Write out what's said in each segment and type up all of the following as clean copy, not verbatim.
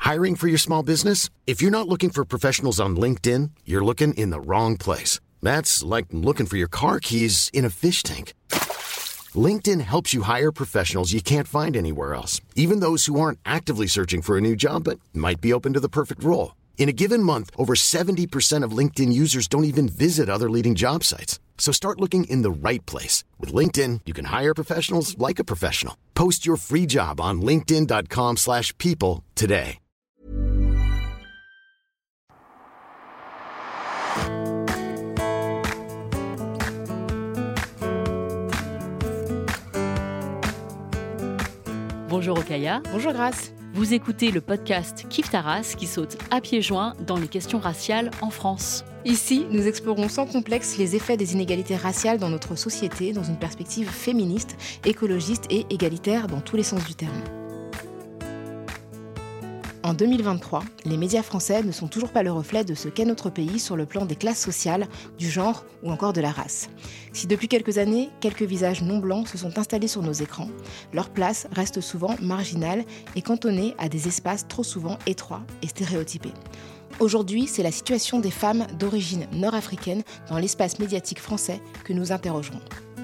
Hiring for your small business? If you're not looking for professionals on LinkedIn, you're looking in the wrong place. That's like looking for your car keys in a fish tank. LinkedIn helps you hire professionals you can't find anywhere else, even those who aren't actively searching for a new job but might be open to the perfect role. In a given month, over 70% of LinkedIn users don't even visit other leading job sites. So start looking in the right place. With LinkedIn, you can hire professionals like a professional. Post your free job on linkedin.com/people today. Bonjour Okaya. Bonjour Grace. Vous écoutez le podcast Kiffe ta race qui saute à pieds joints dans les questions raciales en France. Ici, nous explorons sans complexe les effets des inégalités raciales dans notre société dans une perspective féministe, écologiste et égalitaire dans tous les sens du terme. En 2023, les médias français ne sont toujours pas le reflet de ce qu'est notre pays sur le plan des classes sociales, du genre ou encore de la race. Si depuis quelques années, quelques visages non blancs se sont installés sur nos écrans, leur place reste souvent marginale et cantonnée à des espaces trop souvent étroits et stéréotypés. Aujourd'hui, c'est la situation des femmes d'origine nord-africaine dans l'espace médiatique français que nous interrogerons.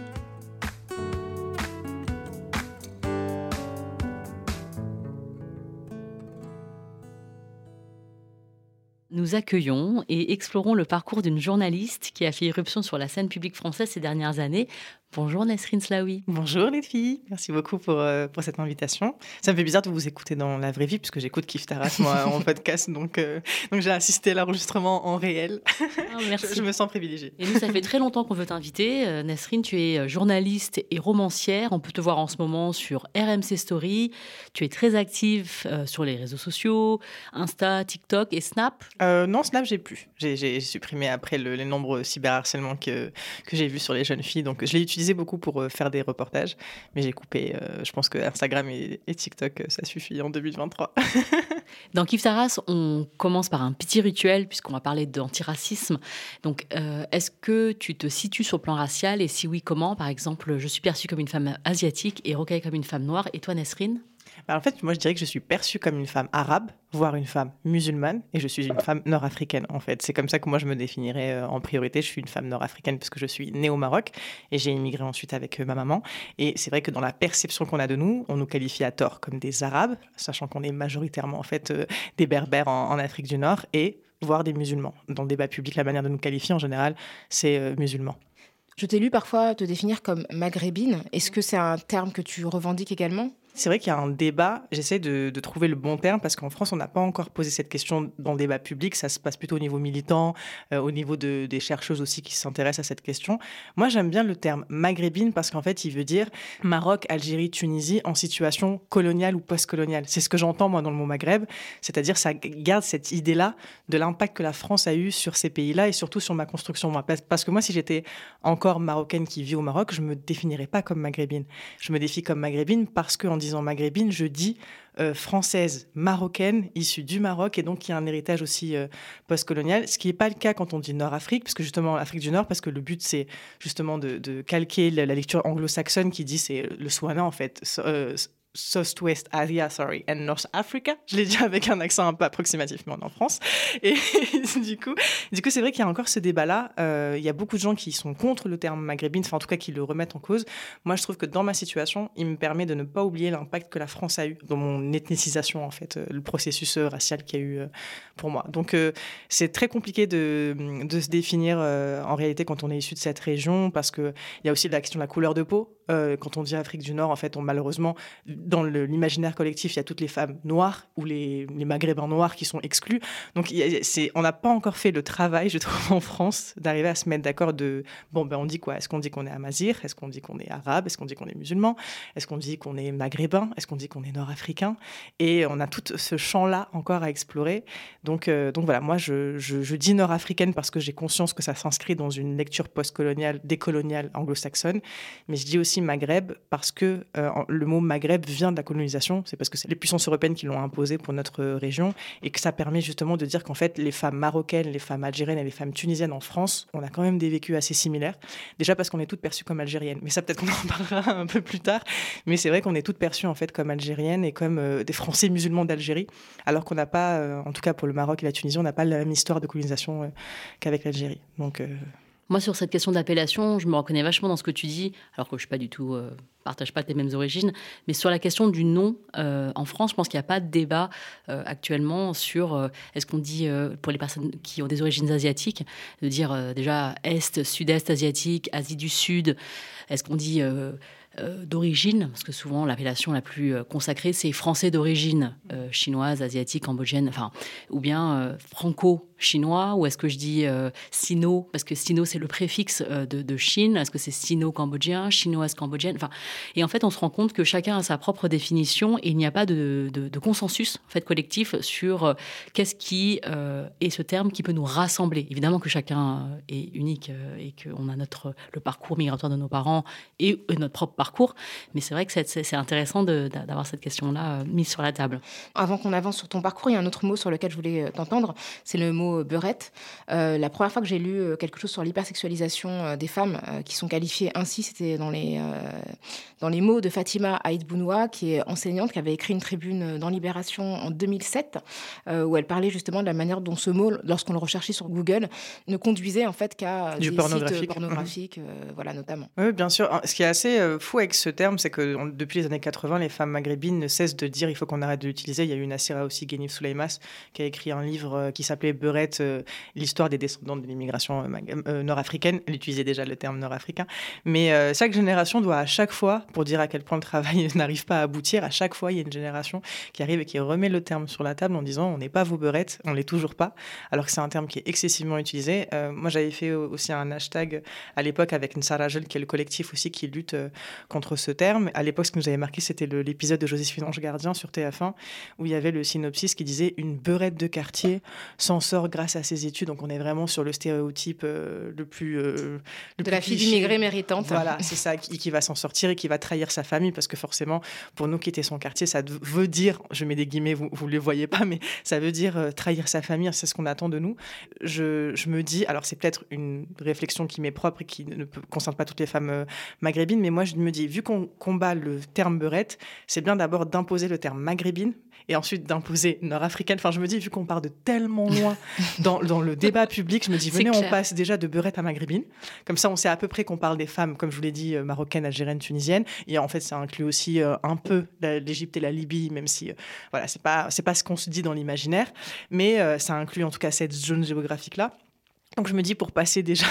Nous accueillons et explorons le parcours d'une journaliste qui a fait irruption sur la scène publique française ces dernières années. Bonjour Nesrine Slaoui. Bonjour les filles, merci beaucoup pour cette invitation. Ça me fait bizarre de vous écouter dans la vraie vie puisque j'écoute Kiffe ta race moi en podcast, donc j'ai assisté à l'enregistrement en réel. Ah, merci. Je me sens privilégiée. Et nous, ça fait très longtemps qu'on veut t'inviter. Nesrine, tu es journaliste et romancière. On peut te voir en ce moment sur RMC Story. Tu es très active sur les réseaux sociaux, Insta, TikTok et Snap. Non, Snap, j'ai plus. J'ai supprimé après les nombreux cyberharcèlements que j'ai vus sur les jeunes filles. Donc, je l'ai utilisé beaucoup pour faire des reportages. Mais j'ai coupé. Je pense que Instagram et TikTok, ça suffit en 2023. Dans Kiffe ta race, on commence par un petit rituel puisqu'on va parler d'antiracisme. Donc, est-ce que tu te situes sur le plan racial? Et si oui, comment? Par exemple, je suis perçue comme une femme asiatique et Rocaille comme une femme noire. Et toi, Nesrine? En fait, moi, je dirais que je suis perçue comme une femme arabe, voire une femme musulmane, et je suis une femme nord-africaine, en fait. C'est comme ça que moi, je me définirais en priorité. Je suis une femme nord-africaine parce que je suis née au Maroc, et j'ai immigré ensuite avec ma maman. Et c'est vrai que dans la perception qu'on a de nous, on nous qualifie à tort comme des arabes, sachant qu'on est majoritairement, en fait, des berbères en Afrique du Nord, et voire des musulmans. Dans le débat public, la manière de nous qualifier, en général, c'est musulmans. Je t'ai lu parfois te définir comme maghrébine. Est-ce que c'est un terme que tu revendiques également ? C'est vrai qu'il y a un débat, j'essaie de trouver le bon terme parce qu'en France, on n'a pas encore posé cette question dans le débat public, ça se passe plutôt au niveau militant, au niveau des chercheuses aussi qui s'intéressent à cette question. Moi, j'aime bien le terme maghrébine parce qu'en fait, il veut dire Maroc, Algérie, Tunisie en situation coloniale ou post-coloniale. C'est ce que j'entends moi dans le mot Maghreb, c'est-à-dire ça garde cette idée-là de l'impact que la France a eu sur ces pays-là et surtout sur ma construction. Moi. Parce que moi, si j'étais encore marocaine qui vit au Maroc, je ne me définirais pas comme maghrébine. Je me définis comme maghrébine parce qu'en disant maghrébine, je dis française, marocaine, issue du Maroc, et donc qui a un héritage aussi post-colonial, ce qui n'est pas le cas quand on dit Nord-Afrique, parce que justement, Afrique du Nord, parce que le but, c'est justement de calquer la lecture anglo-saxonne qui dit, c'est le Swana, en fait, Southwest Asia, and North Africa. Je l'ai dit avec un accent un peu approximatif, mais on est en France. Et du coup, c'est vrai qu'il y a encore ce débat-là. Il y a beaucoup de gens qui sont contre le terme maghrébine, enfin en tout cas qui le remettent en cause. Moi, je trouve que dans ma situation, il me permet de ne pas oublier l'impact que la France a eu dans mon ethnicisation, en fait, le processus racial qu'il y a eu pour moi. Donc, c'est très compliqué de se définir en réalité quand on est issu de cette région, parce qu'il y a aussi la question de la couleur de peau. Quand on dit Afrique du Nord, en fait, malheureusement, dans l'imaginaire collectif, il y a toutes les femmes noires ou les maghrébins noirs qui sont exclus. Donc, on n'a pas encore fait le travail, je trouve, en France, d'arriver à se mettre d'accord on dit quoi? Est-ce qu'on dit qu'on est amazigh? Est-ce qu'on dit qu'on est arabe? Est-ce qu'on dit qu'on est musulman? Est-ce qu'on dit qu'on est maghrébin? Est-ce qu'on dit qu'on est nord-africain? Et on a tout ce champ-là encore à explorer. Donc voilà, moi, je dis nord-africaine parce que j'ai conscience que ça s'inscrit dans une lecture post-coloniale, décoloniale anglo-saxonne. Mais je dis aussi Maghreb parce que le mot Maghreb vient de la colonisation, c'est parce que c'est les puissances européennes qui l'ont imposé pour notre région, et que ça permet justement de dire qu'en fait, les femmes marocaines, les femmes algériennes et les femmes tunisiennes en France, on a quand même des vécus assez similaires. Déjà parce qu'on est toutes perçues comme algériennes, mais ça peut-être qu'on en parlera un peu plus tard. Mais c'est vrai qu'on est toutes perçues en fait comme algériennes et comme des Français musulmans d'Algérie, alors qu'on n'a pas, en tout cas pour le Maroc et la Tunisie, on n'a pas la même histoire de colonisation qu'avec l'Algérie. Donc moi, sur cette question d'appellation, je me reconnais vachement dans ce que tu dis, alors que je suis pas du tout, partage pas tes mêmes origines. Mais sur la question du nom, en France, je pense qu'il n'y a pas de débat actuellement sur est-ce qu'on dit, pour les personnes qui ont des origines asiatiques, de dire déjà Est, Sud-Est asiatique, Asie du Sud. Est-ce qu'on dit d'origine, parce que souvent l'appellation la plus consacrée, c'est français d'origine, chinoise, asiatique, cambodgienne, enfin, ou bien franco-chinois, ou est-ce que je dis sino, parce que sino c'est le préfixe de Chine, est-ce que c'est sino-cambodgien, chinoise-cambodgienne, enfin, et en fait on se rend compte que chacun a sa propre définition et il n'y a pas de consensus en fait collectif sur qu'est-ce qui est ce terme qui peut nous rassembler. Évidemment que chacun est unique et qu'on a le parcours migratoire de nos parents et notre propre parcours, mais c'est vrai que c'est intéressant d'avoir cette question-là mise sur la table. Avant qu'on avance sur ton parcours, il y a un autre mot sur lequel je voulais t'entendre, c'est le mot beurette. La première fois que j'ai lu quelque chose sur l'hypersexualisation des femmes qui sont qualifiées ainsi, c'était dans les mots de Fatima Aïd Bounoua, qui est enseignante, qui avait écrit une tribune dans Libération en 2007, où elle parlait justement de la manière dont ce mot, lorsqu'on le recherchait sur Google, ne conduisait en fait qu'à des sites pornographiques, voilà, notamment. Oui, bien sûr. Ce qui est assez fou avec ce terme, c'est que depuis les années 80, les femmes maghrébines ne cessent de dire il faut qu'on arrête de l'utiliser. Il y a eu une Assira aussi, Guenif Souleimas, qui a écrit un livre qui s'appelait Beurette, l'histoire des descendants de l'immigration nord-africaine. Elle utilisait déjà le terme nord-africain. Mais chaque génération doit à chaque fois, pour dire à quel point le travail n'arrive pas à aboutir, à chaque fois il y a une génération qui arrive et qui remet le terme sur la table en disant on n'est pas vos beurettes, on l'est toujours pas, alors que c'est un terme qui est excessivement utilisé. Moi j'avais fait aussi un hashtag à l'époque avec Nsara Jel, qui est le collectif aussi qui lutte contre ce terme. À l'époque, ce qui nous avait marqué, c'était l'épisode de Joséphine Ange Gardien sur TF1, où il y avait le synopsis qui disait « Une beurette de quartier s'en sort grâce à ses études ». Donc on est vraiment sur le stéréotype le plus de la fille d'immigrée méritante. Voilà, c'est ça, qui va s'en sortir et qui va trahir sa famille, parce que forcément, pour nous quitter son quartier, ça veut dire, je mets des guillemets, vous ne les voyez pas, mais ça veut dire trahir sa famille, c'est ce qu'on attend de nous. Je me dis, alors c'est peut-être une réflexion qui m'est propre et qui ne concerne pas toutes les femmes maghrébines, mais moi je me dis, vu qu'on combat le terme beurette, c'est bien d'abord d'imposer le terme maghrébine et ensuite d'imposer nord-africaine. Enfin, je me dis, vu qu'on part de tellement loin dans le débat public, je me dis, venez, on passe déjà de beurette à maghrébine. Comme ça, on sait à peu près qu'on parle des femmes, comme je vous l'ai dit, marocaines, algériennes, tunisiennes. Et en fait, ça inclut aussi un peu l'Égypte et la Libye, même si, voilà, c'est pas ce qu'on se dit dans l'imaginaire. Mais ça inclut en tout cas cette zone géographique-là. Donc, je me dis, pour passer déjà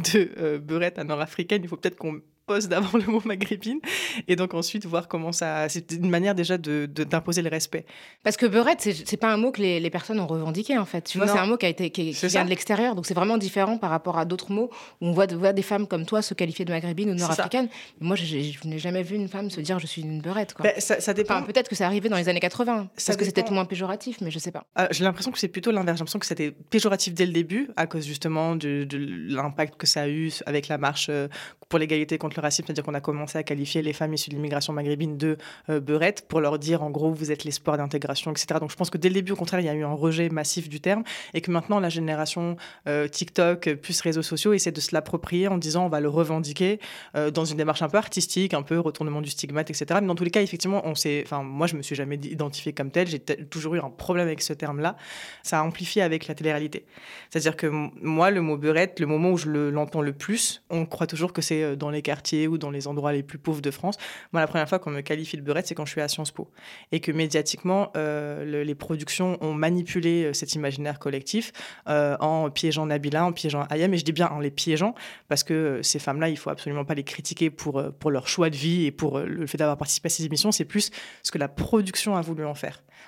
de beurette à nord-africaine, il faut peut-être qu'on pose d'abord le mot maghrébine et donc ensuite voir comment ça... C'est une manière déjà d'imposer le respect. Parce que beurette, c'est pas un mot que les personnes ont revendiqué en fait. Tu vois, c'est un mot qui vient de l'extérieur, donc c'est vraiment différent par rapport à d'autres mots où on voit des femmes comme toi se qualifier de maghrébine ou de nord-africaine. Moi, je n'ai jamais vu une femme se dire je suis une beurette, quoi. Ben, ça dépend. Enfin, peut-être que c'est arrivé dans les années 80, parce que c'était moins péjoratif, mais je sais pas. J'ai l'impression que c'est plutôt l'inverse. J'ai l'impression que c'était péjoratif dès le début à cause justement de l'impact que ça a eu avec la marche pour l'égalité contre le racisme, c'est-à-dire qu'on a commencé à qualifier les femmes issues de l'immigration maghrébine de beurettes pour leur dire en gros vous êtes l'espoir d'intégration, etc. Donc je pense que dès le début au contraire il y a eu un rejet massif du terme et que maintenant la génération TikTok plus réseaux sociaux essaie de se l'approprier en disant on va le revendiquer dans une démarche un peu artistique, un peu retournement du stigmate, etc. Mais dans tous les cas effectivement moi je me suis jamais identifiée comme telle, j'ai toujours eu un problème avec ce terme-là. Ça a amplifié avec la télé-réalité. C'est-à-dire que moi le mot beurette, le moment où je l'entends le plus, on croit toujours que c'est dans les quartiers ou dans les endroits les plus pauvres de France. Moi, la première fois qu'on me qualifie de beurette, c'est quand je suis à Sciences Po. Et que médiatiquement, les productions ont manipulé cet imaginaire collectif en piégeant Nabila, en piégeant Ayam. Et je dis bien en les piégeant, parce que ces femmes-là, il ne faut absolument pas les critiquer pour leur choix de vie et pour le fait d'avoir participé à ces émissions. C'est plus ce que la production a voulu en faire.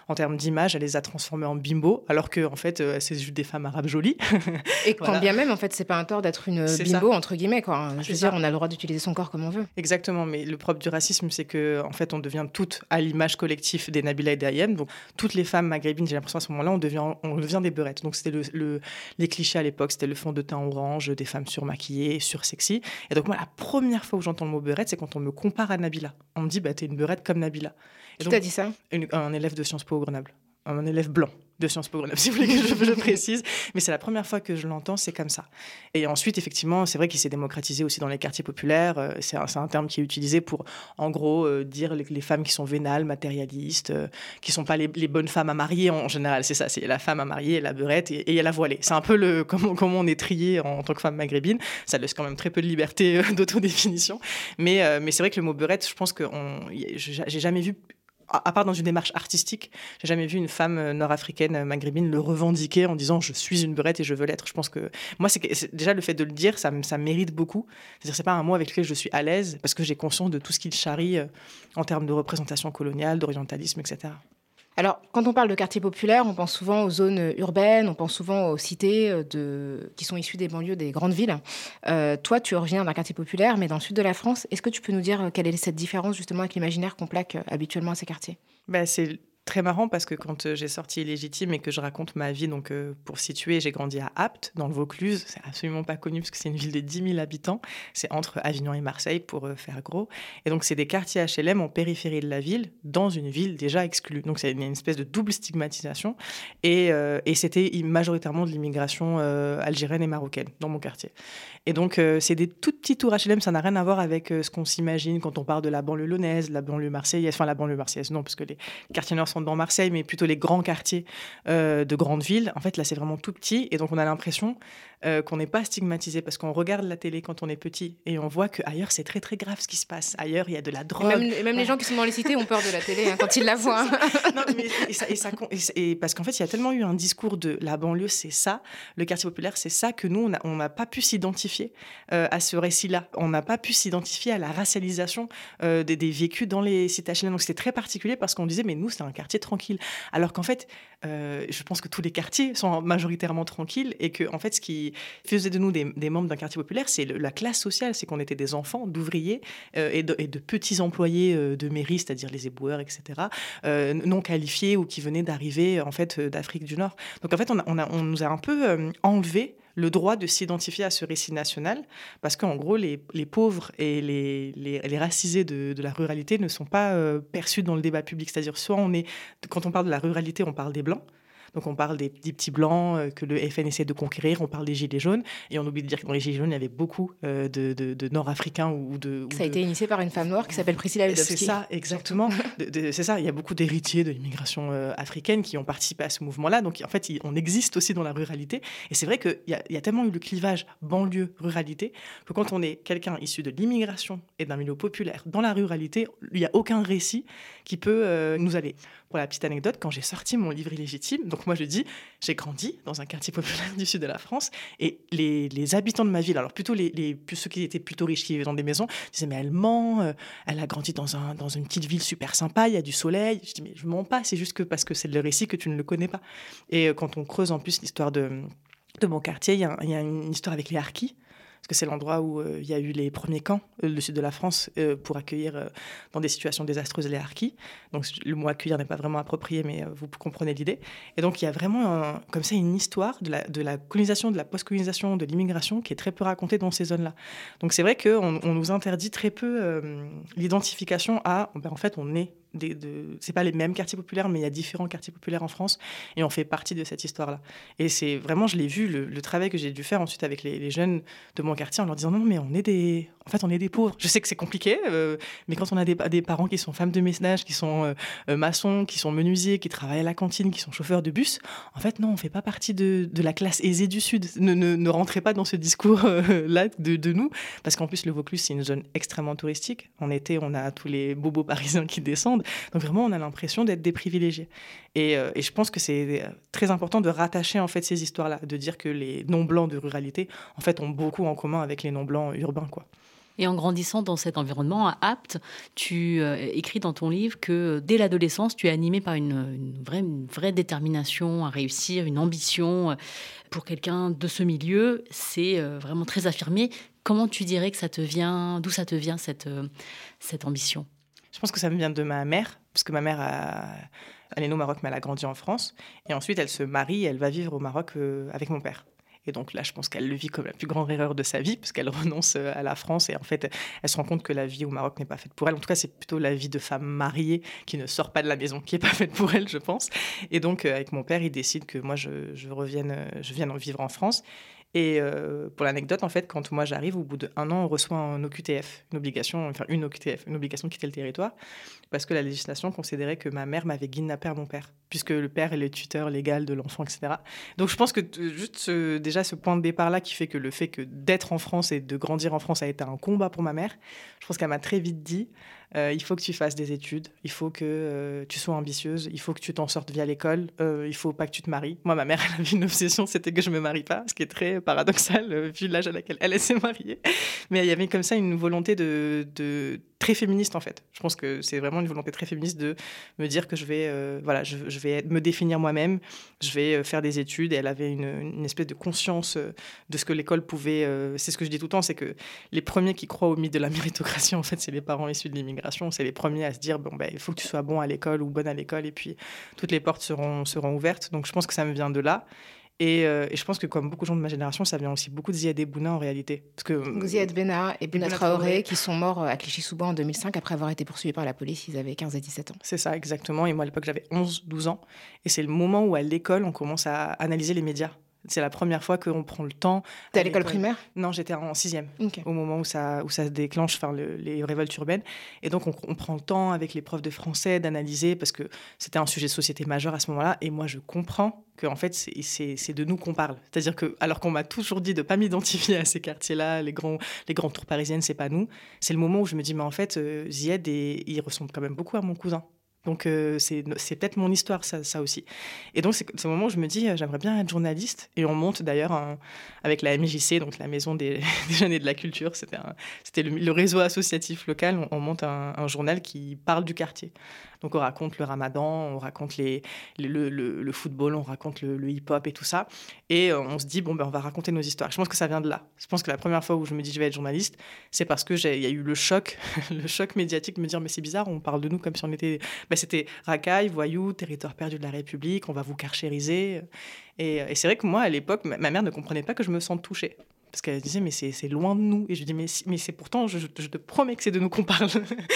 en termes d'image, elle les a transformées en bimbo, alors que en fait, c'est juste des femmes arabes jolies. Et quand Voilà. bien même, en fait, c'est pas un tort d'être une C'est bimbo, ça. entre guillemets, quoi. Je C'est veux dire, ça. on a le droit d'utiliser son corps comme on veut. Exactement, mais le propre du racisme, c'est que en fait, on devient toutes à l'image collective des Nabila et des Ayem. Donc, toutes les femmes maghrébines, j'ai l'impression à ce moment-là, on devient des beurettes. Donc, c'était les clichés à l'époque, c'était le fond de teint orange, des femmes surmaquillées, sursexy. Et donc, moi, la première fois où j'entends le mot beurette, c'est quand on me compare à Nabila. On me dit, bah, t'es une beurette comme Nabila. Et Qui donc, t'a dit ça? un élève de Sciences Po au Grenoble. Un élève blanc de Sciences Po Grenoble, si vous voulez que je précise. Mais c'est la première fois que je l'entends, c'est comme ça. Et ensuite, effectivement, c'est vrai qu'il s'est démocratisé aussi dans les quartiers populaires. C'est un terme qui est utilisé pour, en gros, dire les femmes qui sont vénales, matérialistes, qui ne sont pas les bonnes femmes à marier en général. C'est ça, c'est la femme à marier, la beurette et il y a la voilée. C'est un peu comment on est trié en tant que femme maghrébine. Ça laisse quand même très peu de liberté d'autodéfinition. Mais c'est vrai que le mot beurette, je pense que j'ai jamais vu, à part dans une démarche artistique, j'ai jamais vu une femme nord-africaine maghrébine le revendiquer en disant je suis une beurette et je veux l'être. Je pense que moi, c'est déjà le fait de le dire, ça mérite beaucoup. C'est-à-dire c'est pas un mot avec lequel je suis à l'aise parce que j'ai conscience de tout ce qu'il charrie en termes de représentation coloniale, d'orientalisme, etc. Alors, quand on parle de quartier populaire, on pense souvent aux zones urbaines, on pense souvent aux cités qui sont issues des banlieues des grandes villes. Toi, tu origines d'un quartier populaire, mais dans le sud de la France. Est-ce que tu peux nous dire quelle est cette différence justement avec l'imaginaire qu'on plaque habituellement à ces quartiers? C'est très marrant parce que quand j'ai sorti Illégitime et que je raconte ma vie, donc pour situer, j'ai grandi à Apt, dans le Vaucluse. C'est absolument pas connu parce que c'est une ville de 10 000 habitants. C'est entre Avignon et Marseille pour faire gros. Et donc, c'est des quartiers HLM en périphérie de la ville, dans une ville déjà exclue. Donc, c'est une espèce de double stigmatisation. Et c'était majoritairement de l'immigration algérienne et marocaine dans mon quartier. Et donc, c'est des tout petits tours HLM. Ça n'a rien à voir avec ce qu'on s'imagine quand on parle de la banlieue lyonnaise, la banlieue marseillaise. Enfin, la banlieue marseillaise, non, parce que les quartiers nord sont dans Marseille, mais plutôt les grands quartiers de grandes villes. En fait, là, c'est vraiment tout petit. Et donc, on a l'impression qu'on n'est pas stigmatisé parce qu'on regarde la télé quand on est petit et on voit qu'ailleurs, c'est très, très grave ce qui se passe. Ailleurs, il y a de la drogue. Et même les gens qui sont dans les cités ont peur de la télé quand ils la voient. Non, mais et parce qu'en fait, il y a tellement eu un discours de la banlieue, c'est ça, le quartier populaire, c'est ça, que nous, on n'a pas pu s'identifier à ce récit-là. On n'a pas pu s'identifier à la racialisation des vécus dans les cités HLM. Donc, c'était très particulier parce qu'on disait, mais nous, c'est un quartier tranquille. Alors qu'en fait, je pense que tous les quartiers sont majoritairement tranquilles et que, en fait, ce qui faisait de nous des membres d'un quartier populaire, c'est la classe sociale, c'est qu'on était des enfants d'ouvriers et de petits employés de mairie, c'est-à-dire les éboueurs, etc., non qualifiés ou qui venaient d'arriver, en fait, d'Afrique du Nord. Donc, en fait, on nous a un peu enlevé le droit de s'identifier à ce récit national, parce qu'en gros, les pauvres et les racisés de la ruralité ne sont pas perçus dans le débat public. C'est-à-dire, quand on parle de la ruralité, on parle des Blancs. Donc, on parle des petits blancs que le FN essaie de conquérir, on parle des gilets jaunes, et on oublie de dire que dans les gilets jaunes, il y avait beaucoup de Nord-Africains Ça a été initié par une femme noire qui s'appelle Priscilla Ludowski. C'est ça, exactement. C'est ça, il y a beaucoup d'héritiers de l'immigration africaine qui ont participé à ce mouvement-là. Donc, en fait, on existe aussi dans la ruralité. Et c'est vrai qu'il y a tellement eu le clivage banlieue-ruralité que quand on est quelqu'un issu de l'immigration et d'un milieu populaire dans la ruralité, il n'y a aucun récit qui peut nous aller. Pour la petite anecdote, quand j'ai sorti mon livre Illégitime, donc moi je dis, j'ai grandi dans un quartier populaire du sud de la France et les habitants de ma ville, alors plutôt ceux qui étaient plutôt riches, qui vivaient dans des maisons, disaient mais elle ment, elle a grandi dans une petite ville super sympa, il y a du soleil. Je dis mais je mens pas, c'est juste que parce que c'est le récit que tu ne le connais pas. Et quand on creuse en plus l'histoire de mon quartier, il y a une histoire avec les harkis. Parce que c'est l'endroit où il y a eu les premiers camps, le sud de la France, pour accueillir dans des situations désastreuses les harkis. Donc le mot accueillir n'est pas vraiment approprié, mais vous comprenez l'idée. Et donc il y a vraiment comme ça une histoire de la colonisation, de la post-colonisation, de l'immigration qui est très peu racontée dans ces zones-là. Donc c'est vrai qu'on nous interdit très peu l'identification à, en fait, on est c'est pas les mêmes quartiers populaires, mais il y a différents quartiers populaires en France et on fait partie de cette histoire-là. Et c'est vraiment, je l'ai vu, le travail que j'ai dû faire ensuite avec les jeunes de mon quartier en leur disant non, mais on est des pauvres. Je sais que c'est compliqué, mais quand on a des parents qui sont femmes de ménage, qui sont maçons, qui sont menuisiers, qui travaillent à la cantine, qui sont chauffeurs de bus, en fait, non, on fait pas partie de la classe aisée du Sud. Ne rentrez pas dans ce discours-là de nous, parce qu'en plus, le Vaucluse, c'est une zone extrêmement touristique. En été, on a tous les bobos parisiens qui descendent. Donc vraiment, on a l'impression d'être des privilégiés. Et je pense que c'est très important de rattacher en fait ces histoires-là, de dire que les non-blancs de ruralité, en fait, ont beaucoup en commun avec les non-blancs urbains, quoi. Et en grandissant dans cet environnement à Apt, tu écris dans ton livre que dès l'adolescence, tu es animé par une vraie détermination à réussir, une ambition. Pour quelqu'un de ce milieu, c'est vraiment très affirmé. Comment tu dirais que ça te vient, d'où ça te vient cette ambition ? Je pense que ça me vient de ma mère, parce que ma mère elle est née au Maroc, mais elle a grandi en France. Et ensuite, elle se marie et elle va vivre au Maroc avec mon père. Et donc là, je pense qu'elle le vit comme la plus grande erreur de sa vie, parce qu'elle renonce à la France. Et en fait, elle se rend compte que la vie au Maroc n'est pas faite pour elle. En tout cas, c'est plutôt la vie de femme mariée qui ne sort pas de la maison, qui n'est pas faite pour elle, je pense. Et donc, avec mon père, il décide que moi, je vienne vivre en France. Et pour l'anecdote, en fait, quand moi j'arrive, au bout d'1 an, on reçoit un OQTF, une obligation de quitter le territoire, parce que la législation considérait que ma mère m'avait kidnappé à mon père, puisque le père est le tuteur légal de l'enfant, etc. Donc je pense que juste déjà ce point de départ-là qui fait que d'être en France et de grandir en France a été un combat pour ma mère, je pense qu'elle m'a très vite dit il faut que tu fasses des études, il faut que tu sois ambitieuse, il faut que tu t'en sortes via l'école, il faut pas que tu te maries. Moi, ma mère, elle avait une obsession, c'était que je me marie pas, ce qui est très paradoxal vu l'âge à laquelle elle s'est mariée. Mais il y avait comme ça une volonté de très féministe en fait. Je pense que c'est vraiment une volonté très féministe de me dire que je vais me définir moi-même, je vais faire des études. Et elle avait une espèce de conscience de ce que l'école pouvait. C'est ce que je dis tout le temps, c'est que les premiers qui croient au mythe de la méritocratie, en fait, c'est les parents issus de l'immigration. C'est les premiers à se dire il faut que tu sois bon à l'école ou bonne à l'école, et puis toutes les portes seront ouvertes. Donc je pense que ça me vient de là. Et je pense que comme beaucoup de gens de ma génération, ça vient aussi beaucoup de Ziad Bouna en réalité. Parce que Ziad Benna et Bouna Traoré qui sont morts à Clichy-sous-Bois en 2005 après avoir été poursuivis par la police. Ils avaient 15 et 17 ans. C'est ça, exactement. Et moi, à l'époque, j'avais 11-12 ans. Et c'est le moment où, à l'école, on commence à analyser les médias. C'est la première fois qu'on prend le temps. T'es à l'école primaire ? Non, j'étais en 6e, Okay. Au moment où ça se déclenche, les révoltes urbaines. Et donc, on prend le temps avec les profs de français d'analyser, parce que c'était un sujet de société majeur à ce moment-là. Et moi, je comprends qu'en fait, c'est de nous qu'on parle. C'est-à-dire que, alors qu'on m'a toujours dit de ne pas m'identifier à ces quartiers-là, les grandes tours parisiennes, c'est pas nous. C'est le moment où je me dis, mais en fait, Ziad, il ressemble quand même beaucoup à mon cousin. Donc, c'est peut-être mon histoire, ça aussi. Et donc, c'est ce moment où je me dis, j'aimerais bien être journaliste. Et on monte d'ailleurs avec la MJC, donc la Maison des Jeunes et de la Culture. C'était le réseau associatif local. On monte un journal qui parle du quartier. Donc, on raconte le ramadan, on raconte le football, on raconte le hip-hop et tout ça. Et on se dit, on va raconter nos histoires. Je pense que ça vient de là. Je pense que la première fois où je me dis, je vais être journaliste, c'est parce qu'il y a eu le choc médiatique de me dire, mais c'est bizarre, on parle de nous comme si on était... c'était racaille, voyou, territoire perdu de la République, on va vous carchériser. Et c'est vrai que moi, à l'époque, ma mère ne comprenait pas que je me sente touchée. Parce qu'elle disait, mais c'est loin de nous. Et je lui dis, mais c'est pourtant, je te promets que c'est de nous qu'on parle.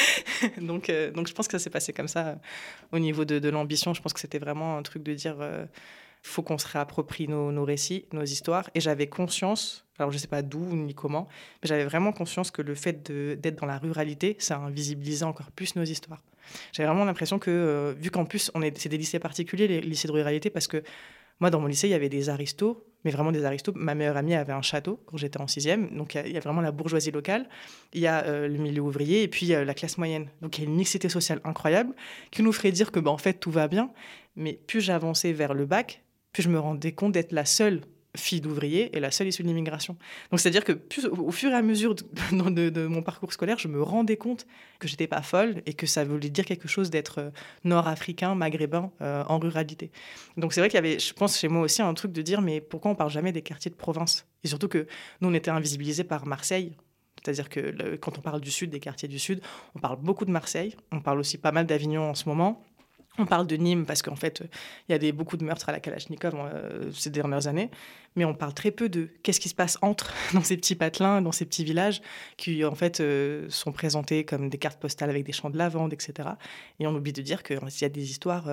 donc, je pense que ça s'est passé comme ça au niveau de l'ambition. Je pense que c'était vraiment un truc de dire, faut qu'on se réapproprie nos récits, nos histoires. Et j'avais conscience, alors je ne sais pas d'où ni comment, mais j'avais vraiment conscience que le fait d'être dans la ruralité, ça invisibilisait encore plus nos histoires. J'avais vraiment l'impression que, vu qu'en plus, c'est des lycées particuliers, les lycées de ruralité, parce que moi, dans mon lycée, il y avait des aristos, mais vraiment des aristos. Ma meilleure amie avait un château quand j'étais en 6e. Donc, il y a vraiment la bourgeoisie locale. Il y a le milieu ouvrier et puis la classe moyenne. Donc, il y a une mixité sociale incroyable qui nous ferait dire que, en fait, tout va bien. Mais plus j'avançais vers le bac, plus je me rendais compte d'être la seule fille d'ouvrier et la seule issue de l'immigration. Donc, c'est-à-dire que au fur et à mesure de mon parcours scolaire, je me rendais compte que j'étais pas folle et que ça voulait dire quelque chose d'être nord-africain, maghrébin, en ruralité. Donc, c'est vrai qu'il y avait, je pense, chez moi aussi un truc de dire, mais pourquoi on parle jamais des quartiers de province ? Et surtout que nous, on était invisibilisés par Marseille. C'est-à-dire que quand on parle du sud, des quartiers du sud, on parle beaucoup de Marseille. On parle aussi pas mal d'Avignon en ce moment. On parle de Nîmes parce qu'en fait, il y a beaucoup de meurtres à la Kalachnikov ces dernières années, mais on parle très peu de qu'est-ce qui se passe dans ces petits patelins, dans ces petits villages qui, en fait, sont présentés comme des cartes postales avec des champs de lavande, etc. Et on oublie de dire qu'il y a des histoires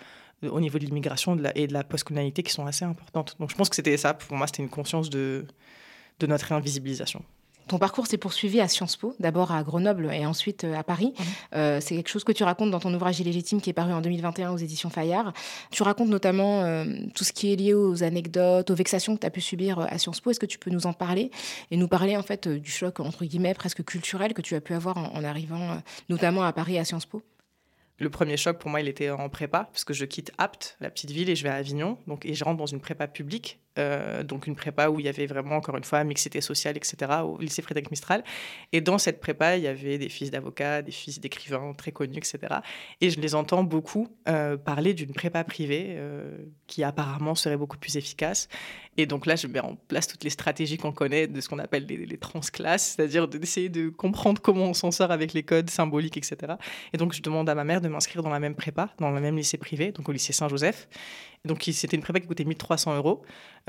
au niveau de l'immigration et de la post-colonialité qui sont assez importantes. Donc je pense que c'était ça, pour moi, c'était une conscience de notre invisibilisation. Ton parcours s'est poursuivi à Sciences Po, d'abord à Grenoble et ensuite à Paris. C'est quelque chose que tu racontes dans ton ouvrage Illégitime qui est paru en 2021 aux éditions Fayard. Tu racontes notamment tout ce qui est lié aux anecdotes, aux vexations que tu as pu subir à Sciences Po. Est-ce que tu peux nous en parler et nous parler en fait du choc entre guillemets presque culturel que tu as pu avoir en arrivant notamment à Paris à Sciences Po ? Le premier choc, pour moi, il était en prépa, parce que je quitte Apt, la petite ville, et je vais à Avignon. Et je rentre dans une prépa publique, donc une prépa où il y avait vraiment, encore une fois, mixité sociale, etc., au lycée Frédéric Mistral. Et dans cette prépa, il y avait des fils d'avocats, des fils d'écrivains très connus, etc. Et je les entends beaucoup parler d'une prépa privée qui apparemment serait beaucoup plus efficace. Et donc là, je mets en place toutes les stratégies qu'on connaît de ce qu'on appelle les transclasses, c'est-à-dire d'essayer de comprendre comment on s'en sort avec les codes symboliques, etc. Et donc, je demande à ma mère de m'inscrire dans la même prépa, dans le même lycée privé, donc au lycée Saint-Joseph. Donc, c'était une prépa qui coûtait 1 300 €.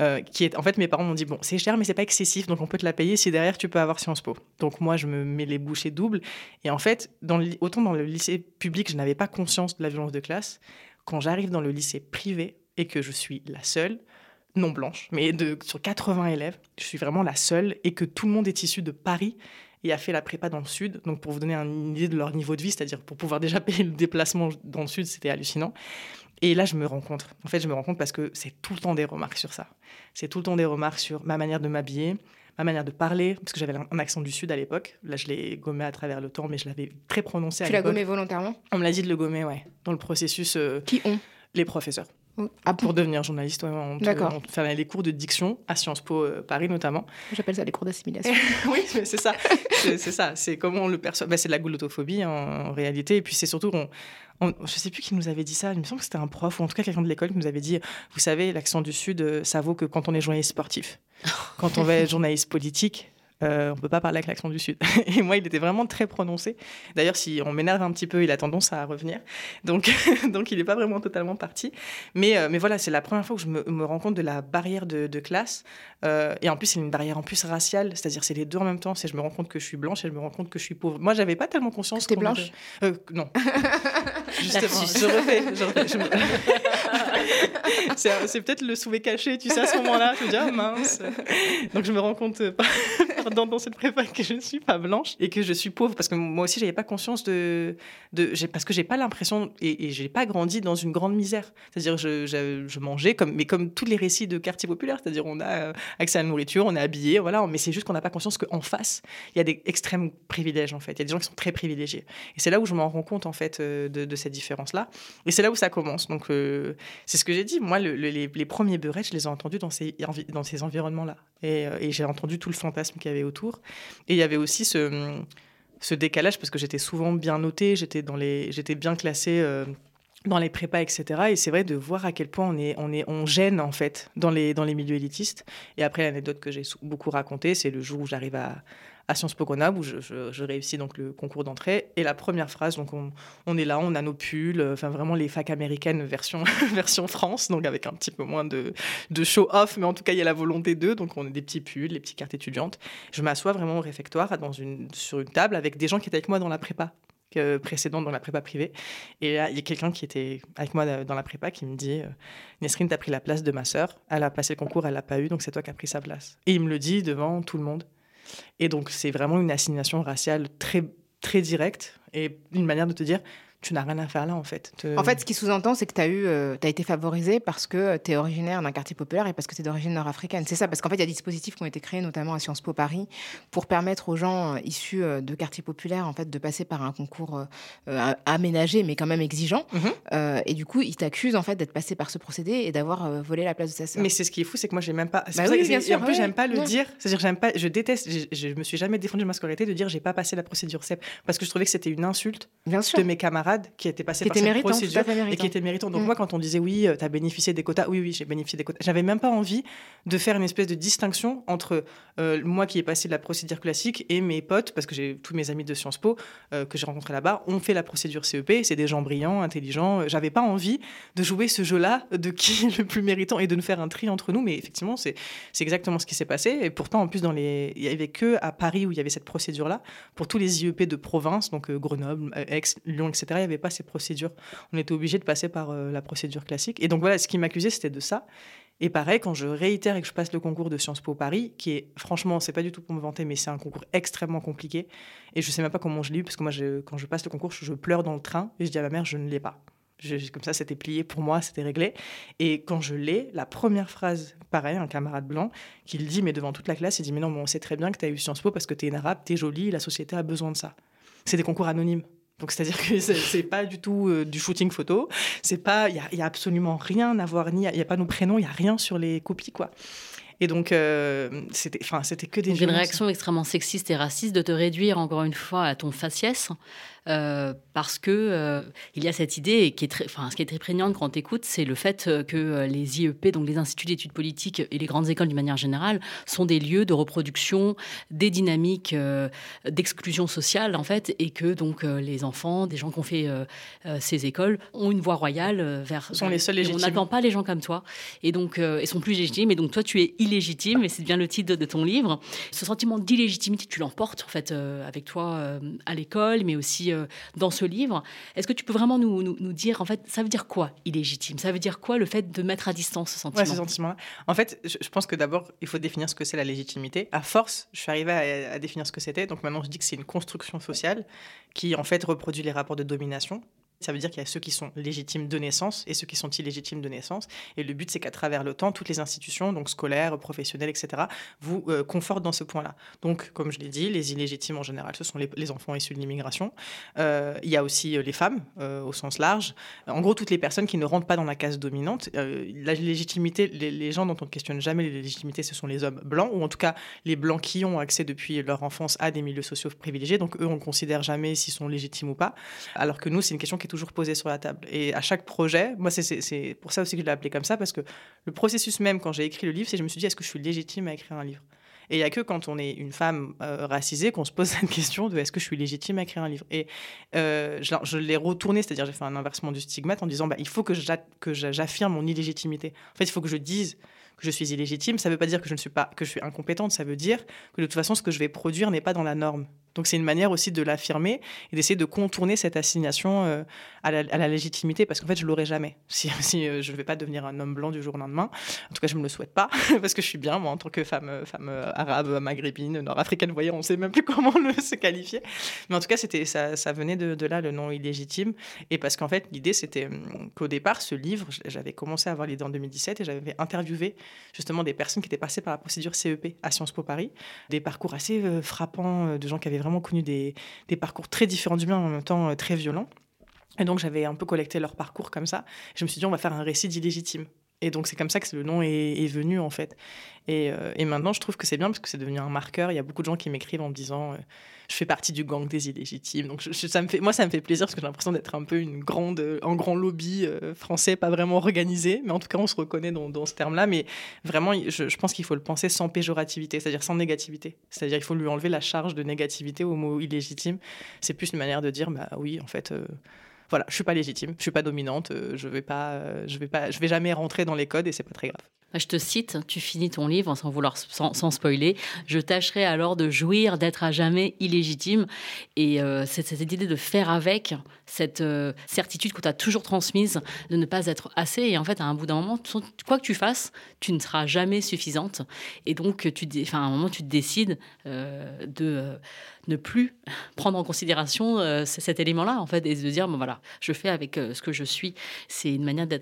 En fait, mes parents m'ont dit, bon, c'est cher, mais c'est pas excessif, donc on peut te la payer si derrière, tu peux avoir Sciences Po. Donc, moi, je me mets les bouchées doubles. Et en fait, autant dans le lycée public, je n'avais pas conscience de la violence de classe. Quand j'arrive dans le lycée privé et que je suis la seule, non blanche, mais sur 80 élèves, je suis vraiment la seule, et que tout le monde est issu de Paris et a fait la prépa dans le Sud. Donc, pour vous donner une idée de leur niveau de vie, c'est-à-dire pour pouvoir déjà payer le déplacement dans le Sud, c'était hallucinant. Et là, je me rends compte. En fait, je me rends compte parce que c'est tout le temps des remarques sur ça. C'est tout le temps des remarques sur ma manière de m'habiller, ma manière de parler, parce que j'avais un accent du Sud à l'époque. Là, je l'ai gommé à travers le temps, mais je l'avais très prononcé à l'époque. Tu l'as gommé volontairement ? On me l'a dit de le gommer, ouais, dans le processus. Qui ont ? Les professeurs. Ah, pour devenir journaliste, on fait les cours de diction à Sciences Po Paris notamment. J'appelle ça les cours d'assimilation. Oui, mais c'est ça. c'est ça. C'est comment on le perçoit. C'est de la glottophobie en réalité. Et puis c'est surtout, je ne sais plus qui nous avait dit ça. Il me semble que c'était un prof ou en tout cas quelqu'un de l'école qui nous avait dit, vous savez, l'accent du Sud, ça vaut que quand on est journaliste sportif. Quand on va être journaliste politique, on ne peut pas parler avec l'accent du Sud. Et moi, il était vraiment très prononcé. D'ailleurs, si on m'énerve un petit peu, il a tendance à revenir. Donc il n'est pas vraiment totalement parti. Mais voilà, c'est la première fois que je me rends compte de la barrière de classe. Et en plus, c'est une barrière en plus raciale. C'est-à-dire, c'est les deux en même temps. Je me rends compte que je suis blanche et je me rends compte que je suis pauvre. Moi, je n'avais pas tellement conscience. Que t'es blanche ? Non. Justement, je refais. C'est peut-être le souhait caché, tu sais, à ce moment-là. Je me dis, ah mince. Donc, je me rends compte... dans cette prépa que je ne suis pas blanche et que je suis pauvre, parce que moi aussi j'avais pas conscience parce que j'ai pas l'impression et j'ai pas grandi dans une grande misère, c'est-à-dire je mangeais comme tous les récits de quartier populaire, c'est-à-dire on a accès à la nourriture, on est habillé, voilà, mais c'est juste qu'on n'a pas conscience qu'en face il y a des extrêmes privilèges, en fait, il y a des gens qui sont très privilégiés, et c'est là où je m'en rends compte en fait de cette différence là, et c'est là où ça commence. Donc c'est ce que j'ai dit, moi les premiers beurrettes je les ai entendus dans ces environnements là, et j'ai entendu tout le fantasme qu'il y avait autour. Et il y avait aussi ce décalage, parce que j'étais souvent bien notée, j'étais bien classée dans les prépas, etc. Et c'est vrai de voir à quel point on gêne, en fait, dans les milieux élitistes. Et après, l'anecdote que j'ai beaucoup racontée, c'est le jour où j'arrive à Sciences Po Grenoble, où je réussis donc le concours d'entrée. Et la première phrase, donc on est là, on a nos pulls, enfin vraiment les facs américaines version France, donc avec un petit peu moins de show-off, mais en tout cas, il y a la volonté d'eux. Donc on a des petits pulls, les petites cartes étudiantes. Je m'assois vraiment au réfectoire sur une table avec des gens qui étaient avec moi dans la prépa précédente, dans la prépa privée. Et là, il y a quelqu'un qui était avec moi dans la prépa qui me dit Nesrine, t'as pris la place de ma sœur. Elle a passé le concours, elle l'a pas eu, donc c'est toi qui as pris sa place. Et il me le dit devant tout le monde. Et donc, c'est vraiment une assignation raciale très, très directe et une manière de te dire tu n'as rien à faire là, en fait. En fait, ce qui sous-entend, c'est que tu as été favorisée parce que tu es originaire d'un quartier populaire et parce que tu es d'origine nord-africaine. C'est ça, parce qu'en fait, il y a des dispositifs qui ont été créés, notamment à Sciences Po Paris, pour permettre aux gens issus de quartiers populaires, en fait, de passer par un concours aménagé, mais quand même exigeant. Et du coup, ils t'accusent, en fait, d'être passé par ce procédé et d'avoir volé la place de sa sœur. Mais c'est ce qui est fou, c'est que moi, j'ai même pas... bien en plus, j'aime pas le dire. C'est-à-dire, je déteste... Je me suis jamais défendue de ma scolarité de dire j'ai pas passé la procédure CEP, parce que je trouvais que c'était une insulte de mes camarades qui étaient passés par cette procédure et qui étaient méritants. Donc moi, quand on disait oui, tu as bénéficié des quotas, oui, j'ai bénéficié des quotas. J'avais même pas envie de faire une espèce de distinction entre moi qui ai passé la procédure classique et mes potes, parce que j'ai tous mes amis de Sciences Po que j'ai rencontrés là-bas, ont fait la procédure CEP. C'est des gens brillants, intelligents. J'avais pas envie de jouer ce jeu-là de qui est le plus méritant et de nous faire un tri entre nous. Mais effectivement, c'est exactement ce qui s'est passé. Et pourtant, en plus, il y avait que à Paris où il y avait cette procédure-là. Pour tous les IEP de province, donc Grenoble, Aix, Lyon, etc., il n'y avait pas ces procédures. On était obligé de passer par la procédure classique. Et donc voilà, ce qui m'accusait, c'était de ça. Et pareil, quand je réitère et que je passe le concours de Sciences Po Paris, qui est, franchement, c'est pas du tout pour me vanter, mais c'est un concours extrêmement compliqué. Et je sais même pas comment je l'ai eu, parce que moi, quand je passe le concours, je pleure dans le train et je dis à ma mère, je ne l'ai pas. Comme ça, c'était plié pour moi, c'était réglé. Et quand je l'ai, la première phrase, pareil, un camarade blanc, qui le dit, mais devant toute la classe, il dit, mais non, on sait très bien que tu as eu Sciences Po parce que tu es une arabe, tu es jolie, la société a besoin de ça. C'est des concours anonymes. Donc, c'est-à-dire que c'est pas du tout du shooting photo. Il y a absolument rien à voir, il y a pas nos prénoms, il y a rien sur les copies, quoi. Et donc, c'était que des Donc, une violences. réaction extrêmement sexiste et raciste de te réduire encore une fois à ton faciès. Parce que il y a cette idée qui est ce qui est très prégnante quand on t'écoute, c'est le fait que les IEP, donc les instituts d'études politiques et les grandes écoles d'une manière générale, sont des lieux de reproduction des dynamiques d'exclusion sociale en fait, et que donc les enfants, des gens qui ont fait ces écoles, ont une voie royale vers. Sont les seuls légitimes. On n'attend pas les gens comme toi, et donc ils sont plus légitimes. Et donc toi, tu es illégitime, et c'est bien le titre de ton livre. Ce sentiment d'illégitimité, tu l'emportes en fait avec toi à l'école, mais aussi dans ce livre. Est-ce que tu peux vraiment nous dire, en fait, ça veut dire quoi, illégitime ? Ça veut dire quoi, le fait de mettre à distance ce sentiment ? Ouais, ce sentiment-là. En fait, je pense que d'abord, il faut définir ce que c'est la légitimité. À force, je suis arrivée à définir ce que c'était. Donc maintenant, je dis que c'est une construction sociale qui, en fait, reproduit les rapports de domination. Ça veut dire qu'il y a ceux qui sont légitimes de naissance et ceux qui sont illégitimes de naissance. Et le but, c'est qu'à travers le temps, toutes les institutions, donc scolaires, professionnelles, etc., vous confortent dans ce point-là. Donc, comme je l'ai dit, les illégitimes, en général, ce sont les enfants issus de l'immigration. Il y a aussi les femmes, au sens large. En gros, toutes les personnes qui ne rentrent pas dans la case dominante. La légitimité, les gens dont on ne questionne jamais les légitimités, ce sont les hommes blancs, ou en tout cas, les blancs qui ont accès depuis leur enfance à des milieux sociaux privilégiés. Donc, eux, on ne considère jamais s'ils sont légitimes ou pas. Alors que nous, c'est une question qui est toujours posée sur la table. Et à chaque projet, moi, c'est pour ça aussi que je l'ai appelé comme ça, parce que le processus même, quand j'ai écrit le livre, c'est que je me suis dit, est-ce que je suis légitime à écrire un livre ? Et il n'y a que quand on est une femme racisée qu'on se pose cette question de est-ce que je suis légitime à écrire un livre ? Et je l'ai retourné, c'est-à-dire j'ai fait un inversement du stigmate en disant il faut que j'affirme mon illégitimité. En fait, il faut que je dise que je suis illégitime. Ça ne veut pas dire que je suis incompétente, ça veut dire que de toute façon, ce que je vais produire n'est pas dans la norme. Donc c'est une manière aussi de l'affirmer et d'essayer de contourner cette assignation à la légitimité, parce qu'en fait, je ne l'aurai jamais. Si je ne vais pas devenir un homme blanc du jour au lendemain, en tout cas, je ne me le souhaite pas, parce que je suis bien, moi, en tant que femme arabe, maghrébine, nord-africaine, vous voyez, on ne sait même plus comment se qualifier. Mais en tout cas, ça venait de là, le nom illégitime. Et parce qu'en fait, l'idée, c'était qu'au départ, ce livre, j'avais commencé à avoir l'idée en 2017 et j'avais interviewé justement des personnes qui étaient passées par la procédure CEP à Sciences Po Paris, des parcours assez frappants de gens qui avaient vraiment connu des parcours très différents du mien, en même temps très violents. Et donc, j'avais un peu collecté leur parcours comme ça. Je me suis dit, on va faire un récit d'illégitime. Et donc, c'est comme ça que le nom est venu, en fait. Et maintenant, je trouve que c'est bien parce que c'est devenu un marqueur. Il y a beaucoup de gens qui m'écrivent en me disant je fais partie du gang des illégitimes. Donc, ça me fait plaisir parce que j'ai l'impression d'être un peu un grand lobby français, pas vraiment organisé. Mais en tout cas, on se reconnaît dans ce terme-là. Mais vraiment, je pense qu'il faut le penser sans péjorativité, c'est-à-dire sans négativité. C'est-à-dire qu'il faut lui enlever la charge de négativité au mot illégitime. C'est plus une manière de dire oui, en fait... Voilà, je suis pas légitime, je suis pas dominante, je vais jamais rentrer dans les codes et c'est pas très grave. Je te cite, tu finis ton livre sans spoiler. Je tâcherai alors de jouir d'être à jamais illégitime. Et c'est cette idée de faire avec cette certitude qu'on t'a toujours transmise de ne pas être assez. Et en fait, à un bout d'un moment, quoi que tu fasses, tu ne seras jamais suffisante. Et donc, à un moment, tu te décides de ne plus prendre en considération cet élément-là, en fait, et de dire, bon voilà, je fais avec ce que je suis. C'est une manière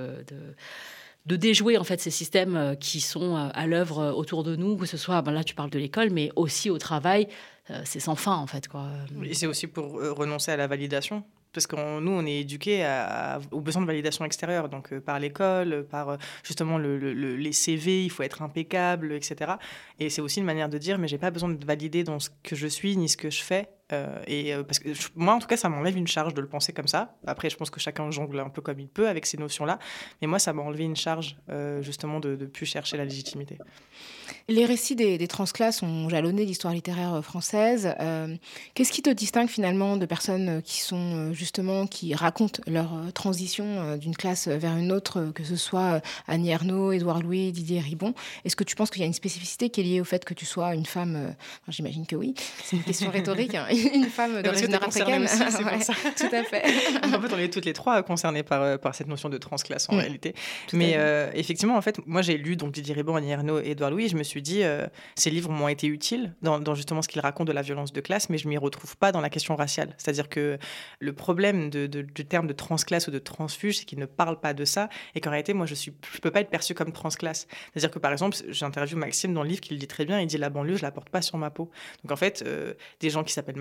de déjouer en fait ces systèmes qui sont à l'œuvre autour de nous, que ce soit, là tu parles de l'école, mais aussi au travail, c'est sans fin en fait, quoi. Et c'est aussi pour renoncer à la validation. Parce que nous, on est éduqués aux besoins de validation extérieure, donc par l'école, par justement les CV, il faut être impeccable, etc. Et c'est aussi une manière de dire, mais j'ai pas besoin de valider dans ce que je suis ni ce que je fais. Parce que moi, en tout cas, ça m'enlève une charge de le penser comme ça. Après, je pense que chacun jongle un peu comme il peut avec ces notions-là. Mais moi, ça m'a enlevé une charge, justement, de plus chercher la légitimité. Les récits des transclasses ont jalonné l'histoire littéraire française. Qu'est-ce qui te distingue finalement de personnes qui racontent leur transition d'une classe vers une autre, que ce soit Annie Ernaux, Édouard Louis, Didier Ribon ? Est-ce que tu penses qu'il y a une spécificité qui est liée au fait que tu sois une femme j'imagine que oui, c'est une question rhétorique, hein. Une femme d'origine nord-africaine. Aussi, c'est pour ça. Tout à fait. En fait, on est toutes les trois concernées par cette notion de transclasse en réalité. Mais effectivement, en fait, moi j'ai lu donc Didier Ribon, Annie Ernaux et Édouard Louis, et je me suis dit, ces livres m'ont été utiles dans justement ce qu'ils racontent de la violence de classe, mais je ne m'y retrouve pas dans la question raciale. C'est-à-dire que le problème du terme de transclasse ou de transfuge, c'est qu'il ne parle pas de ça, et qu'en réalité, moi, je ne peux pas être perçue comme transclasse. C'est-à-dire que, par exemple, j'interviewe Maxime dans le livre qui le dit très bien, il dit « La banlieue, je ne la porte pas sur ma peau ». Donc en fait, des gens qui s'appellent Maxime,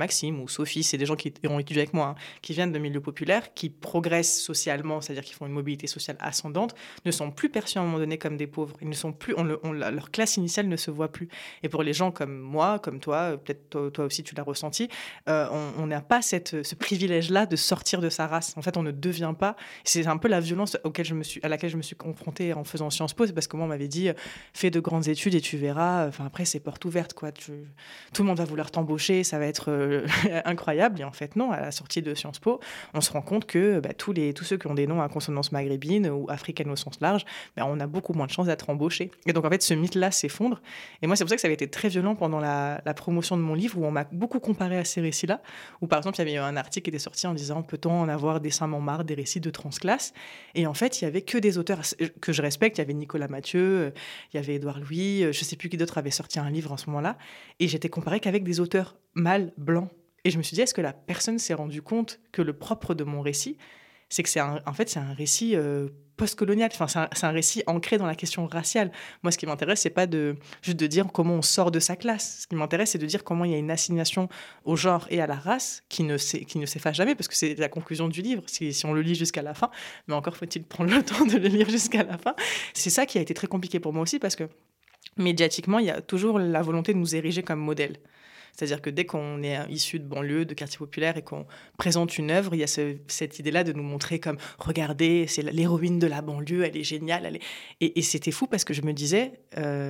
Maxime ou Sophie, c'est des gens qui ont étudié avec moi, qui viennent de milieux populaires, qui progressent socialement, c'est-à-dire qui font une mobilité sociale ascendante, ne sont plus perçus à un moment donné comme des pauvres. Ils ne sont plus, leur classe initiale ne se voit plus. Et pour les gens comme moi, comme toi, peut-être toi aussi tu l'as ressenti, on n'a pas ce privilège-là de sortir de sa race. En fait, on ne devient pas. C'est un peu la violence à laquelle je me suis confrontée en faisant Sciences Po, c'est parce que moi on m'avait dit fais de grandes études et tu verras. Enfin après c'est porte ouverte quoi. Tout le monde va vouloir t'embaucher, ça va être incroyable. Et en fait non, à la sortie de Sciences Po, on se rend compte que tous ceux qui ont des noms à consonance maghrébine ou africaine au sens large, on a beaucoup moins de chances d'être embauchés. Et donc en fait ce mythe-là s'effondre. Et moi c'est pour ça que ça avait été très violent pendant la promotion de mon livre où on m'a beaucoup comparé à ces récits-là. Où par exemple il y avait un article qui était sorti en disant peut-on en avoir des Saint-Montmartre, des récits de transclasse. Et en fait il y avait que des auteurs que je respecte. Il y avait Nicolas Mathieu, il y avait Édouard Louis, je ne sais plus qui d'autre avait sorti un livre en ce moment-là. Et j'étais comparée qu'avec des auteurs mâles, blancs. Et je me suis dit, est-ce que la personne s'est rendue compte que le propre de mon récit, c'est que c'est un récit post-colonial. Enfin, c'est un récit ancré dans la question raciale. Moi, ce qui m'intéresse, c'est pas juste de dire comment on sort de sa classe. Ce qui m'intéresse, c'est de dire comment il y a une assignation au genre et à la race qui ne s'efface jamais, parce que c'est la conclusion du livre, si on le lit jusqu'à la fin. Mais encore faut-il prendre le temps de le lire jusqu'à la fin. C'est ça qui a été très compliqué pour moi aussi, parce que médiatiquement, il y a toujours la volonté de nous ériger comme modèle. C'est-à-dire que dès qu'on est issu de banlieue, de quartier populaire et qu'on présente une œuvre, il y a cette idée-là de nous montrer comme « Regardez, c'est l'héroïne de la banlieue, elle est géniale. » Et c'était fou parce que je me disais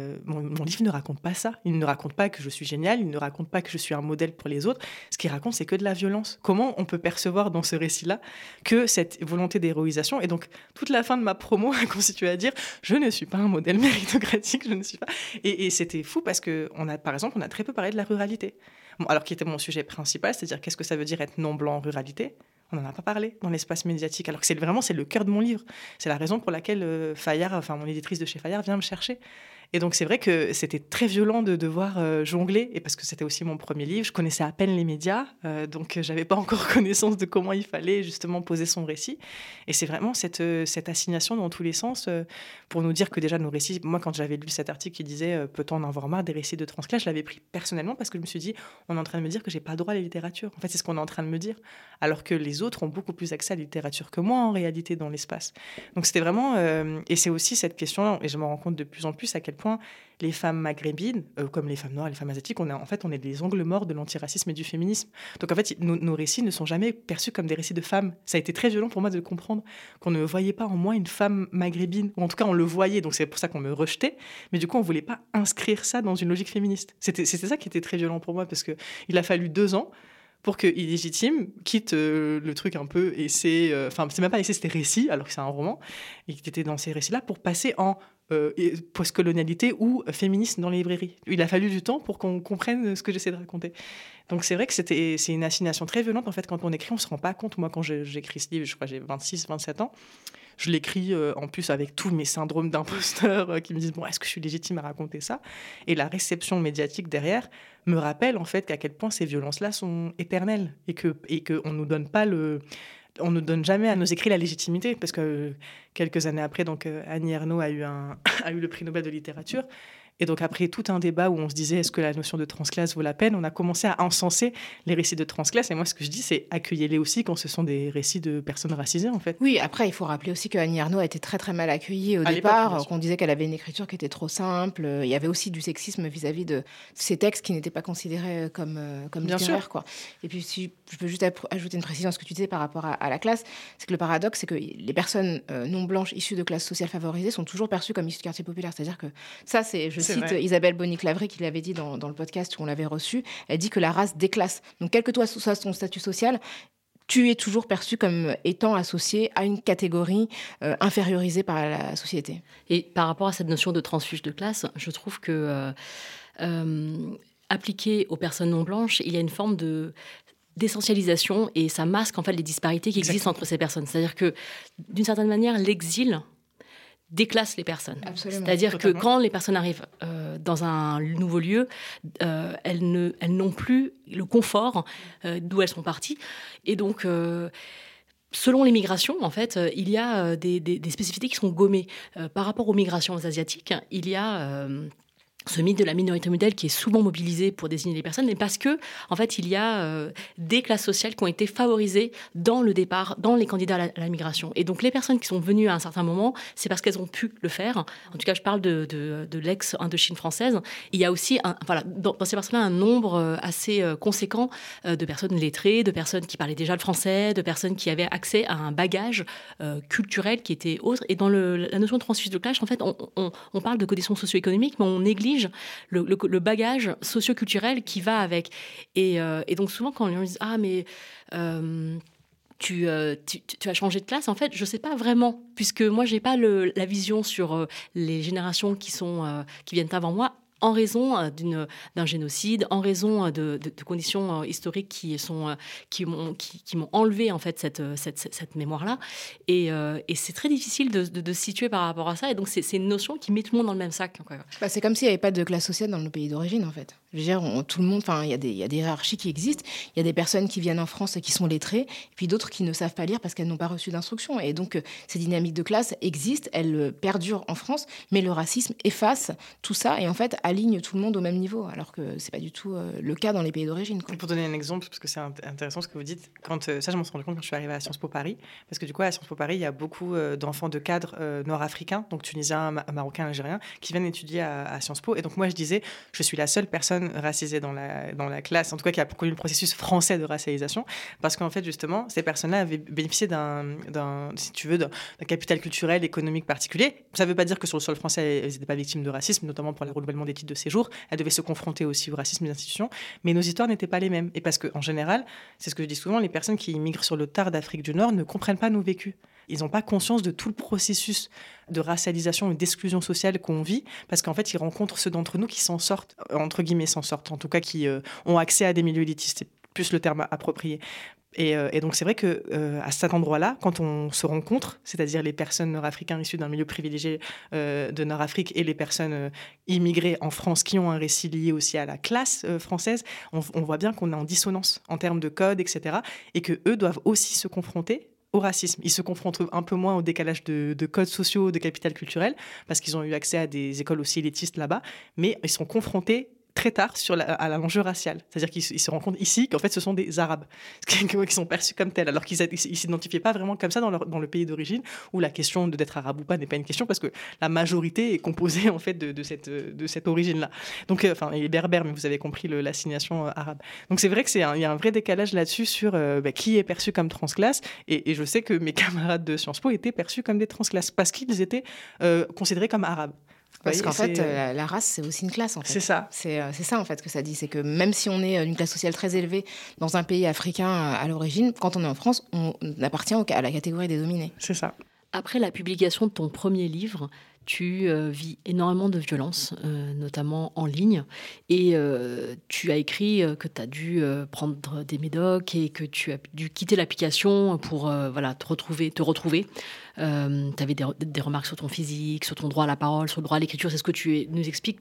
mon livre ne raconte pas ça. Il ne raconte pas que je suis géniale, il ne raconte pas que je suis un modèle pour les autres. Ce qu'il raconte, c'est que de la violence. Comment on peut percevoir dans ce récit-là que cette volonté d'héroïsation? Et donc, toute la fin de ma promo a constitué à dire « Je ne suis pas un modèle méritocratique, je ne suis pas... » Et c'était fou parce que, par exemple, on a très peu parlé de la ruralité. Bon, alors qui était mon sujet principal, c'est-à-dire qu'est-ce que ça veut dire être non-blanc en ruralité. On n'en a pas parlé dans l'espace médiatique, alors que c'est le cœur de mon livre. C'est la raison pour laquelle Fayard, mon éditrice de chez Fayard, vient me chercher. Et donc c'est vrai que c'était très violent de devoir jongler, et parce que c'était aussi mon premier livre, je connaissais à peine les médias, donc j'avais pas encore connaissance de comment il fallait justement poser son récit. Et c'est vraiment cette assignation dans tous les sens pour nous dire que déjà nos récits, moi quand j'avais lu cet article qui disait peut-on en avoir marre des récits de transclasse, je l'avais pris personnellement parce que je me suis dit on est en train de me dire que j'ai pas droit à la littérature. En fait c'est ce qu'on est en train de me dire, alors que les autres ont beaucoup plus accès à la littérature que moi en réalité dans l'espace. Donc c'était vraiment et c'est aussi cette question, et je me rends compte de plus en plus à quel point les femmes maghrébines, comme les femmes noires, les femmes asiatiques, on est des angles morts de l'antiracisme et du féminisme. Donc en fait, nos récits ne sont jamais perçus comme des récits de femmes. Ça a été très violent pour moi de comprendre qu'on ne voyait pas en moi une femme maghrébine, ou en tout cas on le voyait, donc c'est pour ça qu'on me rejetait, mais du coup on voulait pas inscrire ça dans une logique féministe. C'était ça qui était très violent pour moi, parce qu'il a fallu 2 ans pour que Illégitime quitte le truc un peu essai, c'est même pas essai, c'était récit, alors que c'est un roman, et qui était dans ces récits-là pour passer en post-colonialité ou féministe dans les librairies. Il a fallu du temps pour qu'on comprenne ce que j'essaie de raconter. Donc c'est vrai que c'est une assignation très violente. En fait, quand on écrit, on ne se rend pas compte. Moi, quand j'écris ce livre, je crois que j'ai 26, 27 ans, je l'écris en plus avec tous mes syndromes d'imposteur qui me disent « Bon, est-ce que je suis légitime à raconter ça ?» Et la réception médiatique derrière me rappelle en fait qu'à quel point ces violences-là sont éternelles et qu'on nous donne pas on ne donne jamais à nos écrits la légitimité, parce que quelques années après, donc Annie Ernaux a eu le prix Nobel de littérature. Et donc après tout un débat où on se disait est-ce que la notion de transclasse vaut la peine, on a commencé à encenser les récits de transclasse. Et moi, ce que je dis, c'est accueillez-les aussi quand ce sont des récits de personnes racisées, en fait. Oui, après, il faut rappeler aussi que Annie Ernaux a été très très mal accueillie au départ, qu'on disait qu'elle avait une écriture qui était trop simple. Il y avait aussi du sexisme vis-à-vis de ces textes qui n'étaient pas considérés comme littéraires, quoi. Et puis, si je peux juste ajouter une précision à ce que tu disais par rapport à la classe, c'est que le paradoxe, c'est que les personnes non blanches issues de classes sociales favorisées sont toujours perçues comme issues de quartier populaire. C'est-à-dire que ça, je cite Isabelle Bonny-Claverie qui l'avait dit dans le podcast où on l'avait reçu. Elle dit que la race déclasse. Donc, quel que soit ton statut social, tu es toujours perçu comme étant associé à une catégorie infériorisée par la société. Et par rapport à cette notion de transfuge de classe, je trouve que appliquée aux personnes non blanches, il y a une forme d'essentialisation et ça masque en fait les disparités qui existent entre ces personnes. C'est-à-dire que, d'une certaine manière, l'exil déclasse les personnes. Absolument. C'est-à-dire que quand les personnes arrivent dans un nouveau lieu, elles n'ont plus le confort d'où elles sont parties. Et donc, selon les migrations, en fait, il y a des spécificités qui sont gommées. Par rapport aux migrations asiatiques, il y a ce mythe de la minorité modèle qui est souvent mobilisé pour désigner les personnes, mais parce que, en fait, il y a des classes sociales qui ont été favorisées dans le départ, dans les candidats à la migration. Et donc, les personnes qui sont venues à un certain moment, c'est parce qu'elles ont pu le faire. En tout cas, je parle de l'ex-Indochine française. Il y a aussi, dans ces personnes-là, un nombre assez conséquent de personnes lettrées, de personnes qui parlaient déjà le français, de personnes qui avaient accès à un bagage culturel qui était autre. Et dans la notion de transfuge de classe, en fait, on parle de conditions socio-économiques, mais on néglige le bagage socio-culturel qui va avec. Et donc souvent quand les gens disent « Ah, mais tu as changé de classe », en fait, je ne sais pas vraiment, puisque moi, je n'ai pas la vision sur les générations qui viennent avant moi, en raison d'un génocide, en raison de conditions historiques qui m'ont enlevé en fait cette mémoire-là. Et c'est très difficile de se situer par rapport à ça. Et donc, c'est une notion qui met tout le monde dans le même sac. C'est comme s'il n'y avait pas de classe sociale dans nos pays d'origine, en fait. Je veux dire, tout le monde, il y a des hiérarchies qui existent. Il y a des personnes qui viennent en France et qui sont lettrées, et puis d'autres qui ne savent pas lire parce qu'elles n'ont pas reçu d'instruction. Et donc, ces dynamiques de classe existent, elles perdurent en France, mais le racisme efface tout ça et en fait aligne tout le monde au même niveau, alors que c'est pas du tout le cas dans les pays d'origine. Pour donner un exemple, parce que c'est intéressant ce que vous dites, ça je m'en suis rendu compte quand je suis arrivée à Sciences Po Paris, parce que du coup à Sciences Po Paris, il y a beaucoup d'enfants de cadres nord-africains, donc tunisiens, marocains, algériens, qui viennent étudier à Sciences Po. Et donc moi je disais, je suis la seule personne racisée dans la classe, en tout cas qui a connu le processus français de racialisation, parce qu'en fait justement, ces personnes-là avaient bénéficié d'un capital culturel, économique particulier. Ça ne veut pas dire que sur le sol français, elles n'étaient pas victimes de racisme, notamment pour le renouvellement des titres de séjour. Elles devaient se confronter aussi au racisme des institutions, mais nos histoires n'étaient pas les mêmes. Et parce qu'en général, c'est ce que je dis souvent, les personnes qui immigrent sur le tard d'Afrique du Nord ne comprennent pas nos vécus. Ils n'ont pas conscience de tout le processus de racialisation et d'exclusion sociale qu'on vit, parce qu'en fait, ils rencontrent ceux d'entre nous qui s'en sortent, entre guillemets s'en sortent, en tout cas qui ont accès à des milieux élitistes, c'est plus le terme approprié. Et donc, c'est vrai qu'à cet endroit-là, quand on se rencontre, c'est-à-dire les personnes nord-africaines issues d'un milieu privilégié de Nord-Afrique et les personnes immigrées en France qui ont un récit lié aussi à la classe française, on voit bien qu'on est en dissonance en termes de code, etc. Et qu'eux doivent aussi se confronter au racisme. Ils se confrontent un peu moins au décalage de codes sociaux, de capital culturel, parce qu'ils ont eu accès à des écoles aussi élitistes là-bas, mais ils sont confrontés très tard à l'enjeu racial. C'est-à-dire qu'ils se rendent compte ici qu'en fait, ce sont des Arabes qui sont perçus comme tels, alors qu'ils ne s'identifiaient pas vraiment comme ça dans le pays d'origine, où la question d'être arabe ou pas n'est pas une question, parce que la majorité est composée en fait de cette origine-là. Donc, il est berbère, mais vous avez compris l'assignation arabe. Donc, c'est vrai qu'il y a un vrai décalage là-dessus sur qui est perçu comme transclasse, et je sais que mes camarades de Sciences Po étaient perçus comme des transclasses, parce qu'ils étaient considérés comme arabes. Parce qu'en fait, la race, c'est aussi une classe, en fait. C'est ça. C'est ça, en fait, que ça dit. C'est que même si on est d'une classe sociale très élevée dans un pays africain à l'origine, quand on est en France, on appartient à la catégorie des dominés. C'est ça. Après la publication de ton premier livre, tu vis énormément de violences, notamment en ligne. Et tu as écrit que tu as dû prendre des médocs et que tu as dû quitter l'application pour te retrouver. Tu avais des remarques sur ton physique, sur ton droit à la parole, sur le droit à l'écriture. C'est ce que tu nous expliques.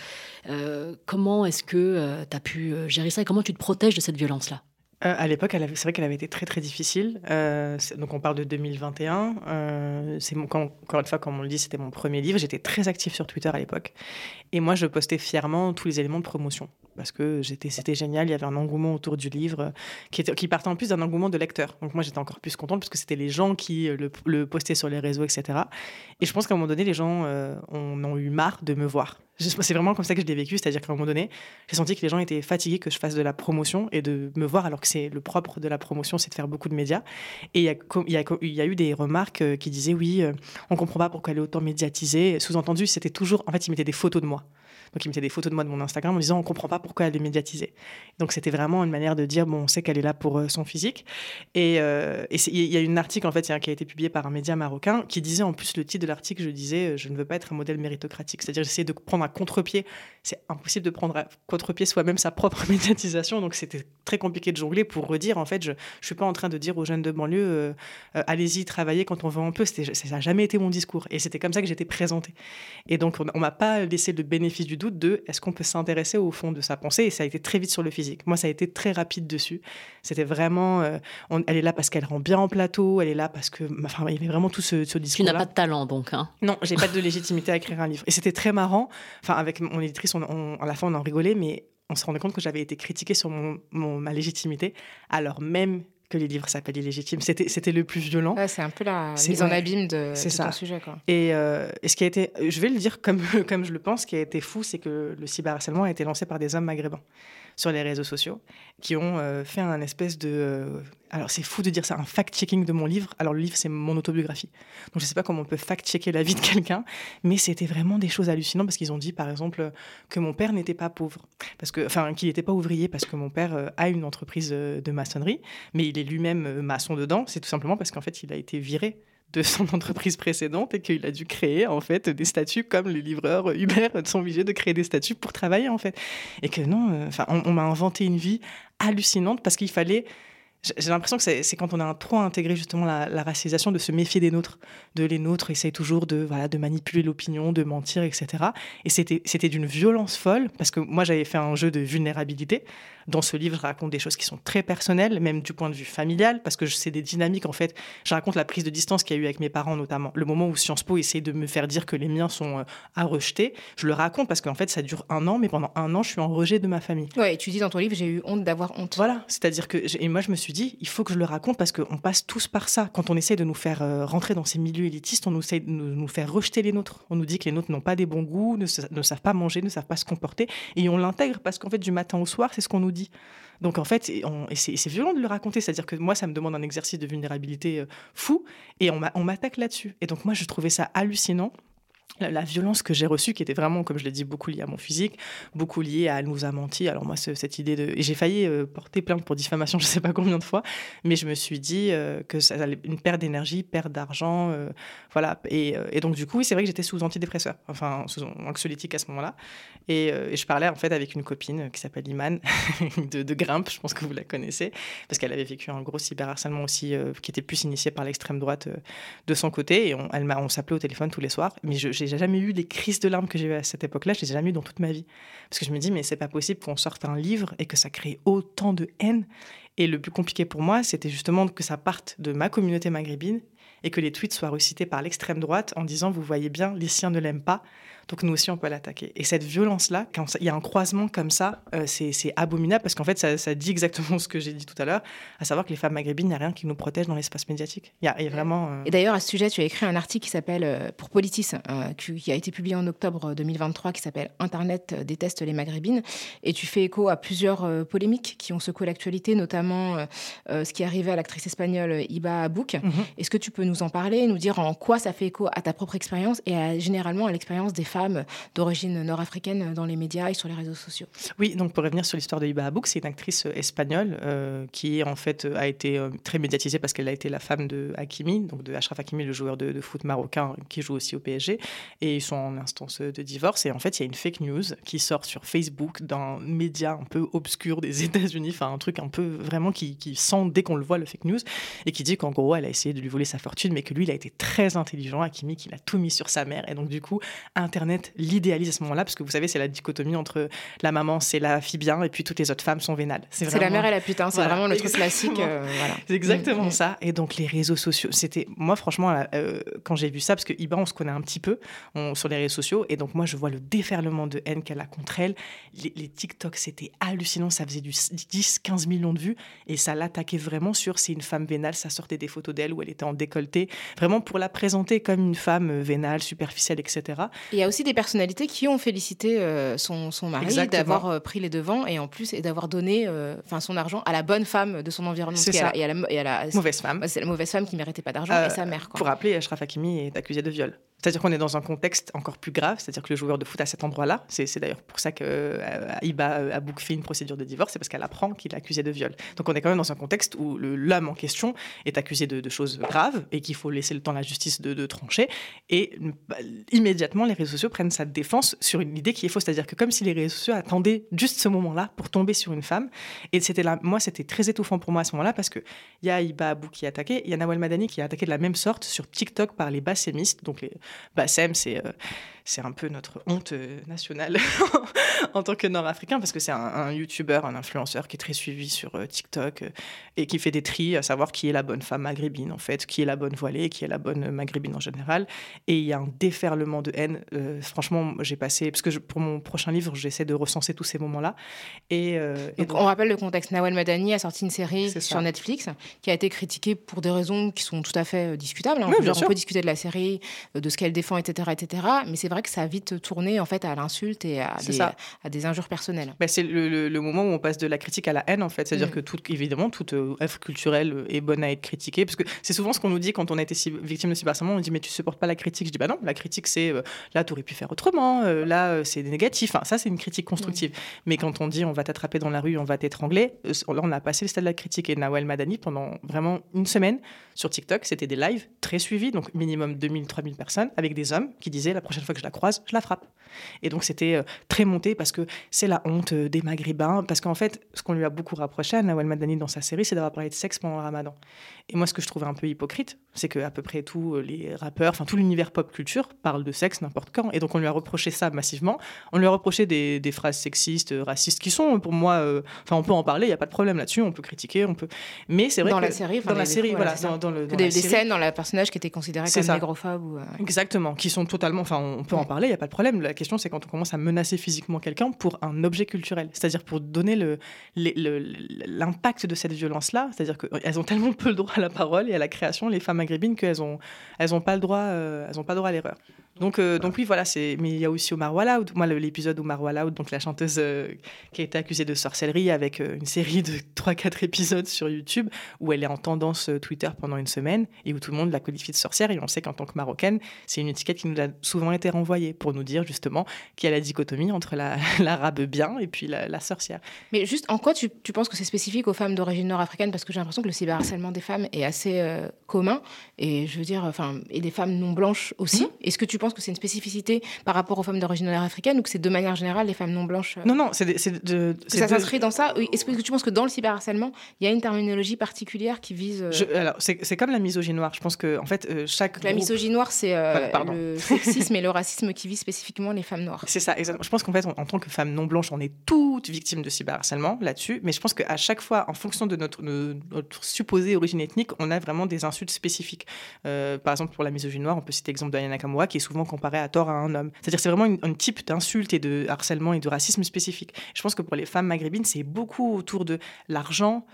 Comment est-ce que tu as pu gérer ça et comment tu te protèges de cette violence-là ? À l'époque, c'est vrai qu'elle avait été très très difficile. Donc on parle de 2021. Encore une fois, comme on le dit, c'était mon premier livre. J'étais très active sur Twitter à l'époque. Et moi, je postais fièrement tous les éléments de promotion. Parce que c'était génial, il y avait un engouement autour du livre qui partait en plus d'un engouement de lecteurs. Donc moi, j'étais encore plus contente parce que c'était les gens qui le postaient sur les réseaux, etc. Et je pense qu'à un moment donné, les gens ont eu marre de me voir. C'est vraiment comme ça que je l'ai vécu, c'est-à-dire qu'à un moment donné, j'ai senti que les gens étaient fatigués que je fasse de la promotion et de me voir, alors que c'est le propre de la promotion, c'est de faire beaucoup de médias. Et il y a eu des remarques qui disaient « oui, on ne comprend pas pourquoi elle est autant médiatisée ». Sous-entendu, c'était toujours… En fait, ils mettaient des photos de moi. Donc, ils mettaient des photos de moi de mon Instagram en disant « on ne comprend pas pourquoi elle est médiatisée ». Donc, c'était vraiment une manière de dire « bon, on sait qu'elle est là pour son physique ». Et il y a un article, en fait, qui a été publié par un média marocain qui disait, en plus, le titre de l'article, je disais « je ne veux pas être un modèle méritocratique ». C'est-à-dire, j'essayais de prendre à contre-pied. C'est impossible de prendre à contre-pied soi-même sa propre médiatisation. Donc, c'était très compliqué de jongler pour redire, en fait, je ne suis pas en train de dire aux jeunes de banlieue allez-y, travaillez quand on veut un peu. Ça n'a jamais été mon discours. Et c'était comme ça que j'étais présentée. Et donc, on ne m'a pas laissé le bénéfice du doute de est-ce qu'on peut s'intéresser au fond de sa pensée. Et ça a été très vite sur le physique. Moi, ça a été très rapide dessus. C'était vraiment elle est là parce qu'elle rend bien en plateau, elle est là parce que il y avait vraiment tout ce discours-là. Tu n'as pas de talent, donc. Non, j'ai pas de légitimité à écrire un livre. Et c'était très marrant Enfin, avec mon éditrice, à la fin, on en rigolait, mais on se rendait compte que j'avais été critiquée sur ma légitimité, alors même que les livres s'appellent illégitimes. C'était le plus violent. Ouais, c'est un peu la mise en abîme de ton sujet, quoi. Et ce qui a été, je vais le dire comme je le pense, ce qui a été fou, c'est que le cyberharcèlement a été lancé par des hommes maghrébins sur les réseaux sociaux, qui ont fait un espèce de... alors, c'est fou de dire ça, un fact-checking de mon livre. Alors, le livre, c'est mon autobiographie. Donc, je ne sais pas comment on peut fact-checker la vie de quelqu'un, mais c'était vraiment des choses hallucinantes, parce qu'ils ont dit, par exemple, que mon père n'était pas pauvre, qu'il n'était pas ouvrier, parce que mon père a une entreprise de maçonnerie, mais il est lui-même maçon dedans. C'est tout simplement parce qu'en fait, il a été viré de son entreprise précédente et qu'il a dû créer en fait des statuts comme les livreurs Uber sont obligés de créer des statuts pour travailler en fait. Et que non, on m'a inventé une vie hallucinante parce qu'il fallait... J'ai l'impression que c'est quand on a trop intégré justement la racialisation de se méfier des nôtres. Les nôtres essayent toujours de manipuler l'opinion, de mentir, etc. Et c'était d'une violence folle parce que moi j'avais fait un jeu de vulnérabilité. Dans ce livre, je raconte des choses qui sont très personnelles, même du point de vue familial, parce que c'est des dynamiques, en fait. Je raconte la prise de distance qu'il y a eu avec mes parents, notamment. Le moment où Sciences Po essaie de me faire dire que les miens sont à rejeter, je le raconte parce qu'en fait, ça dure 1 an, mais pendant 1 an, je suis en rejet de ma famille. Ouais, et tu dis dans ton livre, j'ai eu honte d'avoir honte. Voilà, c'est-à-dire que... Et moi, je me suis dit, il faut que je le raconte parce qu'on passe tous par ça. Quand on essaie de nous faire rentrer dans ces milieux élitistes, on essaie de nous faire rejeter les nôtres. On nous dit que les nôtres n'ont pas des bons goûts, ne savent pas manger, ne savent pas se comporter, et on l'intègre parce qu'en fait, du matin au soir, c'est ce qu'on nous dit. Donc en fait, c'est violent de le raconter, c'est-à-dire que moi, ça me demande un exercice de vulnérabilité fou, et on m'attaque là-dessus. Et donc moi, je trouvais ça hallucinant. La violence que j'ai reçue, qui était vraiment, comme je l'ai dit, beaucoup liée à mon physique, beaucoup liée à « elle nous a menti ». Alors moi, cette idée de... Et j'ai failli porter plainte pour diffamation, je ne sais pas combien de fois, mais je me suis dit que ça allait une perte d'énergie, perte d'argent, voilà. Et donc du coup, oui, c'est vrai que j'étais sous antidépresseur, enfin sous anxiolytique à ce moment-là. Et je parlais en fait avec une copine qui s'appelle Iman, de Grimpe, je pense que vous la connaissez, parce qu'elle avait vécu un gros cyberharcèlement aussi, qui était plus initié par l'extrême droite de son côté. Et on s'appelait au téléphone tous les soirs, mais j'ai jamais eu les crises de larmes que j'ai eues à cette époque-là, je les ai jamais eues dans toute ma vie. Parce que je me dis, mais c'est pas possible qu'on sorte un livre et que ça crée autant de haine. Et le plus compliqué pour moi, c'était justement que ça parte de ma communauté maghrébine et que les tweets soient recités par l'extrême droite en disant, vous voyez bien, les siens ne l'aiment pas, donc nous aussi on peut l'attaquer. Et cette violence-là, quand il y a un croisement comme ça, c'est abominable parce qu'en fait ça dit exactement ce que j'ai dit tout à l'heure, à savoir que les femmes maghrébines, il n'y a rien qui nous protège dans l'espace médiatique. Il y a vraiment... Et d'ailleurs, à ce sujet, tu as écrit un article qui s'appelle, pour Politis, qui a été publié en octobre 2023, qui s'appelle « Internet déteste les maghrébines ». Et tu fais écho à plusieurs polémiques qui ont secoué l'actualité, notamment ce qui est arrivé à l'actrice espagnole Hiba Abouk. Est-ce que tu peux nous en parler, nous dire en quoi ça fait écho à ta propre expérience et généralement à l'expérience des femmes d'origine nord-africaine dans les médias et sur les réseaux sociaux? Oui, donc pour revenir sur l'histoire de Hiba Abouk, c'est une actrice espagnole qui en fait a été très médiatisée parce qu'elle a été la femme de Hakimi, donc de Achraf Hakimi, le joueur de foot marocain qui joue aussi au PSG, et ils sont en instance de divorce. Et en fait, il y a une fake news qui sort sur Facebook d'un média un peu obscur des États-Unis, enfin un truc un peu vraiment qui sent dès qu'on le voit le fake news, et qui dit qu'en gros elle a essayé de lui voler sa fortune, mais que lui il a été très intelligent, Hakimi, qu'il a tout mis sur sa mère. Et donc du coup, Internet l'idéalise à ce moment-là, parce que vous savez, c'est la dichotomie entre la maman, c'est la fille bien, et puis toutes les autres femmes sont vénales. C'est vraiment... la mère et la putain, c'est vraiment le truc classique. Voilà. C'est exactement ça. Et donc les réseaux sociaux, c'était... Moi franchement, quand j'ai vu ça, parce que Hiba, on se connaît un petit peu sur les réseaux sociaux, et donc moi je vois le déferlement de haine qu'elle a contre elle. Les TikTok, c'était hallucinant, ça faisait du 10-15 millions de vues, et ça l'attaquait vraiment sur c'est une femme vénale, ça sortait des photos d'elle où elle était en décolleté, vraiment pour la présenter comme une femme vénale, superficielle, etc. Il y a aussi des personnalités qui ont félicité son mari. Exactement. D'avoir pris les devants et en plus et d'avoir donné son argent à la bonne femme de son environnement. C'est ça. Et à la mauvaise femme. C'est la mauvaise femme qui ne méritait pas d'argent et sa mère. Quoi. Pour rappeler, Achraf Hakimi est accusé de viol. C'est-à-dire qu'on est dans un contexte encore plus grave, c'est-à-dire que le joueur de foot à cet endroit-là, c'est d'ailleurs pour ça que Hiba Abouk fait une procédure de divorce, c'est parce qu'elle apprend qu'il est accusé de viol. Donc on est quand même dans un contexte où l'homme en question est accusé de choses graves et qu'il faut laisser le temps à la justice de trancher. Et immédiatement, les réseaux sociaux prennent sa défense sur une idée qui est fausse, c'est-à-dire que comme si les réseaux sociaux attendaient juste ce moment-là pour tomber sur une femme. Et moi, c'était très étouffant pour moi à ce moment-là parce qu'il y a Hiba Abouk qui est attaqué, il y a Nawal Madani qui est attaqué de la même sorte sur TikTok par les bassémistes, donc les Bassem, c'est un peu notre honte nationale en tant que Nord-Africain, parce que c'est un youtubeur, un influenceur qui est très suivi sur TikTok et qui fait des tris à savoir qui est la bonne femme maghrébine, en fait, qui est la bonne voilée, qui est la bonne maghrébine en général. Et il y a un déferlement de haine. Franchement, j'ai passé... Parce que pour mon prochain livre, j'essaie de recenser tous ces moments-là. Donc, on rappelle le contexte. Nawel Madani a sorti une série sur Netflix qui a été critiquée pour des raisons qui sont tout à fait discutables. Oui, on peut discuter de la série, de ce qu'elle défend, etc., etc. Mais c'est vrai que ça a vite tourné en fait à l'insulte et à des injures personnelles. C'est le moment où on passe de la critique à la haine, en fait. C'est-à-dire que évidemment, toute œuvre culturelle est bonne à être critiquée. Parce que c'est souvent ce qu'on nous dit quand on a été victime de cyberharcèlement. On dit, mais tu supportes pas la critique. Je dis, non, la critique, c'est là, tu aurais pu faire autrement. Là, c'est négatif. Enfin, ça, c'est une critique constructive. Mais quand on dit, on va t'attraper dans la rue, on va t'étrangler, là, on a passé le stade de la critique. Et Nawel Madani, pendant vraiment une semaine, sur TikTok, c'était des lives très suivis, donc minimum 2000, 3000 personnes, avec des hommes qui disaient, la prochaine fois que je la croise, je la frappe. Et donc, c'était très monté parce que c'est la honte des Maghrébins. Parce qu'en fait, ce qu'on lui a beaucoup rapproché à Nawel Madani dans sa série, c'est d'avoir parlé de sexe pendant le Ramadan. Et moi, ce que je trouvais un peu hypocrite, c'est qu'à peu près tous les rappeurs, enfin tout l'univers pop culture parle de sexe n'importe quand. Et donc, on lui a reproché ça massivement. On lui a reproché des phrases sexistes, racistes, qui sont pour moi... on peut en parler, il n'y a pas de problème là-dessus, on peut critiquer, on peut... Mais c'est vrai dans que... La série, dans la série, voilà. Des scènes dans le personnage qui étaient considérées comme négrophobes. Ou, Exactement, qui sont totalement... Enfin, on peut en parler, il n'y a pas de problème. La question, c'est quand on commence à menacer physiquement quelqu'un pour un objet culturel. C'est-à-dire pour donner l'impact de cette violence-là. C'est-à-dire qu'elles ont tellement peu le droit à la parole et à la création, les femmes maghrébines, qu'elles ont pas le droit à l'erreur. Donc oui, voilà, mais il y a aussi Omar Walaoud. Moi, l'épisode Omar Walaoud, donc la chanteuse qui a été accusée de sorcellerie, avec une série de 3-4 épisodes sur YouTube où elle est en tendance Twitter pendant une semaine et où tout le monde la qualifie de sorcière. Et on sait qu'en tant que Marocaine, c'est une étiquette qui nous a souvent été renvoyée pour nous dire justement qu'il y a la dichotomie entre l'arabe bien et puis la sorcière. Mais juste, en quoi tu penses que c'est spécifique aux femmes d'origine nord-africaine? Parce que j'ai l'impression que le cyberharcèlement des femmes est assez commun. Et je veux dire, et des femmes non blanches aussi. Est-ce que tu penses que c'est une spécificité par rapport aux femmes d'origine nord-africaine ou que c'est de manière générale les femmes non blanches Non, ça s'inscrit dans ça. Est-ce que tu penses que dans le cyberharcèlement, il y a une terminologie particulière qui vise... Alors, c'est comme la misogynie noire. Je pense que en fait, chaque La misogynie noire, c'est le sexisme et le racisme qui visent spécifiquement les femmes noires. C'est ça, exactement. Je pense qu'en fait, en tant que femme non blanche, on est toutes victimes de cyberharcèlement là-dessus. Mais je pense qu'à chaque fois, en fonction de notre supposée origine ethnique, on a vraiment des insultes spécifiques. Par exemple, pour la misogynie noire, on peut citer l'exemple d'Aya Nakamura, qui est souvent comparée à tort à un homme. C'est-à-dire que c'est vraiment un type d'insulte et de harcèlement et de racisme spécifique. Je pense que pour les femmes maghrébines, c'est beaucoup autour de l'argent,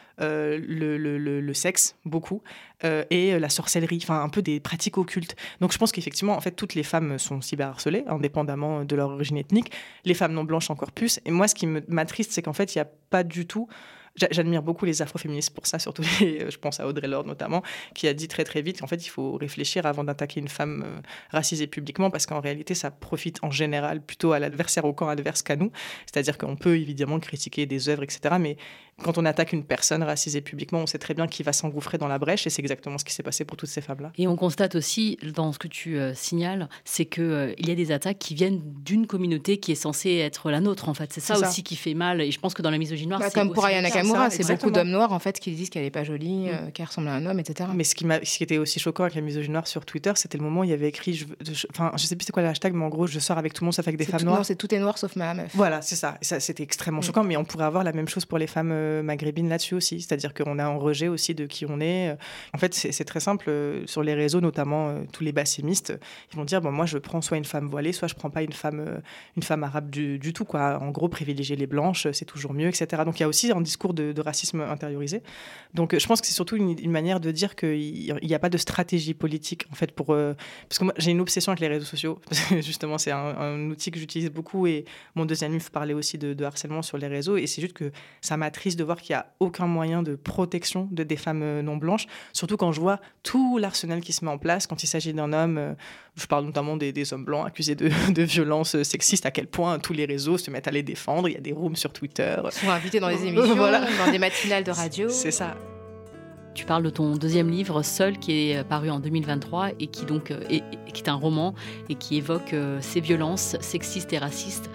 le sexe, beaucoup, et la sorcellerie, enfin un peu des pratiques occultes. Donc je pense qu'effectivement, en fait, toutes les femmes sont cyberharcelées, indépendamment de leur origine ethnique. Les femmes non blanches encore plus. Et moi, ce qui m'attriste, c'est qu'en fait, il n'y a pas du tout... J'admire beaucoup les afroféministes pour ça, surtout, je pense à Audre Lorde notamment, qui a dit très très vite qu'en fait il faut réfléchir avant d'attaquer une femme racisée publiquement, parce qu'en réalité ça profite en général plutôt à l'adversaire, au camp adverse qu'à nous. C'est-à-dire qu'on peut évidemment critiquer des œuvres, etc. Mais quand on attaque une personne racisée publiquement, on sait très bien qu'il va s'engouffrer dans la brèche, et c'est exactement ce qui s'est passé pour toutes ces femmes-là. Et on constate aussi, dans ce que tu signales, c'est qu'il y a des attaques qui viennent d'une communauté qui est censée être la nôtre, en fait. C'est ça aussi qui fait mal, et je pense que dans la misogynie noire, c'est comme pour Aya Nakamura, c'est exactement. Beaucoup d'hommes noirs en fait qui disent qu'elle n'est pas jolie, qu'elle ressemble à un homme, etc. Mais ce qui était aussi choquant avec la misogynie noire sur Twitter, c'était le moment où il y avait écrit, je sais plus c'est quoi le hashtag, mais en gros, je sors avec tout le monde sauf avec des femmes noires. Non, c'est tout est noir sauf ma meuf. Voilà, c'est ça. Et ça, c'était extrêmement choquant, mais on pourrait avoir la même chose pour les femmes maghrébines là-dessus aussi. C'est-à-dire qu'on a un rejet aussi de qui on est. En fait, c'est très simple. Sur les réseaux, notamment tous les bassémistes, ils vont dire, bon, moi, je prends soit une femme voilée, soit je prends pas une femme arabe du tout, quoi. En gros, privilégier les blanches, c'est toujours mieux, etc. Donc, il y a aussi un discours de racisme intériorisé. Donc, je pense que c'est surtout une manière de dire qu'il n'y a pas de stratégie politique, en fait, parce que moi, j'ai une obsession avec les réseaux sociaux. Justement, c'est un outil que j'utilise beaucoup, et mon deuxième livre parlait aussi de harcèlement sur les réseaux, et c'est juste que ça m'attriste de voir qu'il n'y a aucun moyen de protection des femmes non blanches, surtout quand je vois tout l'arsenal qui se met en place quand il s'agit d'un homme. Je parle notamment des hommes blancs accusés de violences sexistes, à quel point tous les réseaux se mettent à les défendre. Il y a des rooms sur Twitter. Ils sont invités dans des émissions, voilà. Dans des matinales de radio. C'est ça. Tu parles de ton deuxième livre, Seul, qui est paru en 2023 et qui donc qui est un roman et qui évoque ces violences sexistes et racistes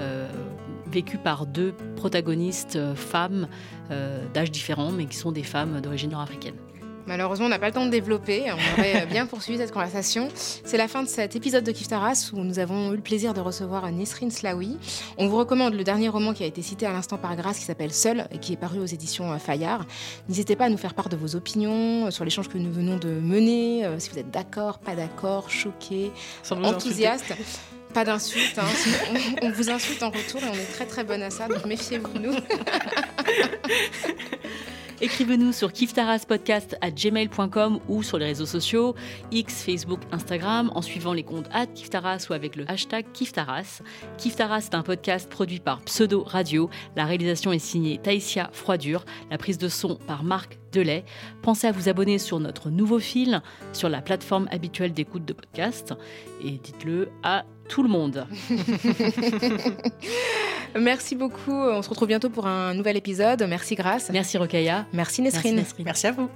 vécues par deux protagonistes femmes d'âge différents, mais qui sont des femmes d'origine nord-africaine. Malheureusement, on n'a pas le temps de développer. On aurait bien poursuivi cette conversation. C'est la fin de cet épisode de Kif Taras où nous avons eu le plaisir de recevoir Nesrine Slaoui. On vous recommande le dernier roman qui a été cité à l'instant par Grace qui s'appelle Seul et qui est paru aux éditions Fayard. N'hésitez pas à nous faire part de vos opinions sur l'échange que nous venons de mener, si vous êtes d'accord, pas d'accord, choqué, enthousiaste. Pas d'insultes, on vous insulte en retour et on est très très bonne à ça, donc méfiez-vous de nous. Écrivez-nous sur kiftaraspodcast@gmail.com ou sur les réseaux sociaux, X, Facebook, Instagram, en suivant les comptes @kiftaras ou avec le hashtag Kiftaras. Kiftaras est un podcast produit par Pseudo Radio. La réalisation est signée Taïsia Froidure. La prise de son par Marc Delay. Pensez à vous abonner sur notre nouveau fil, sur la plateforme habituelle d'écoute de podcast. Et dites-le à tout le monde. Merci beaucoup. On se retrouve bientôt pour un nouvel épisode. Merci Grace. Merci Rokhaya. Merci Nesrine. Merci à vous.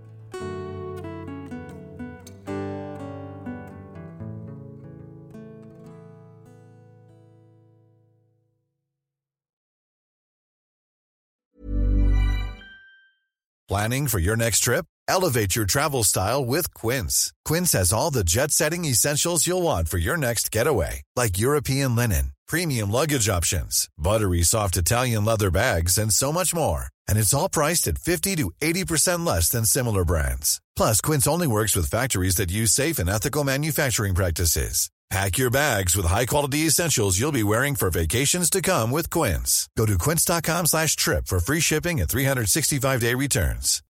Planning for your next trip? Elevate your travel style with Quince. Quince has all the jet-setting essentials you'll want for your next getaway, like European linen, premium luggage options, buttery soft Italian leather bags, and so much more. And it's all priced at 50 to 80% less than similar brands. Plus, Quince only works with factories that use safe and ethical manufacturing practices. Pack your bags with high-quality essentials you'll be wearing for vacations to come with Quince. Go to quince.com/trip for free shipping and 365-day returns.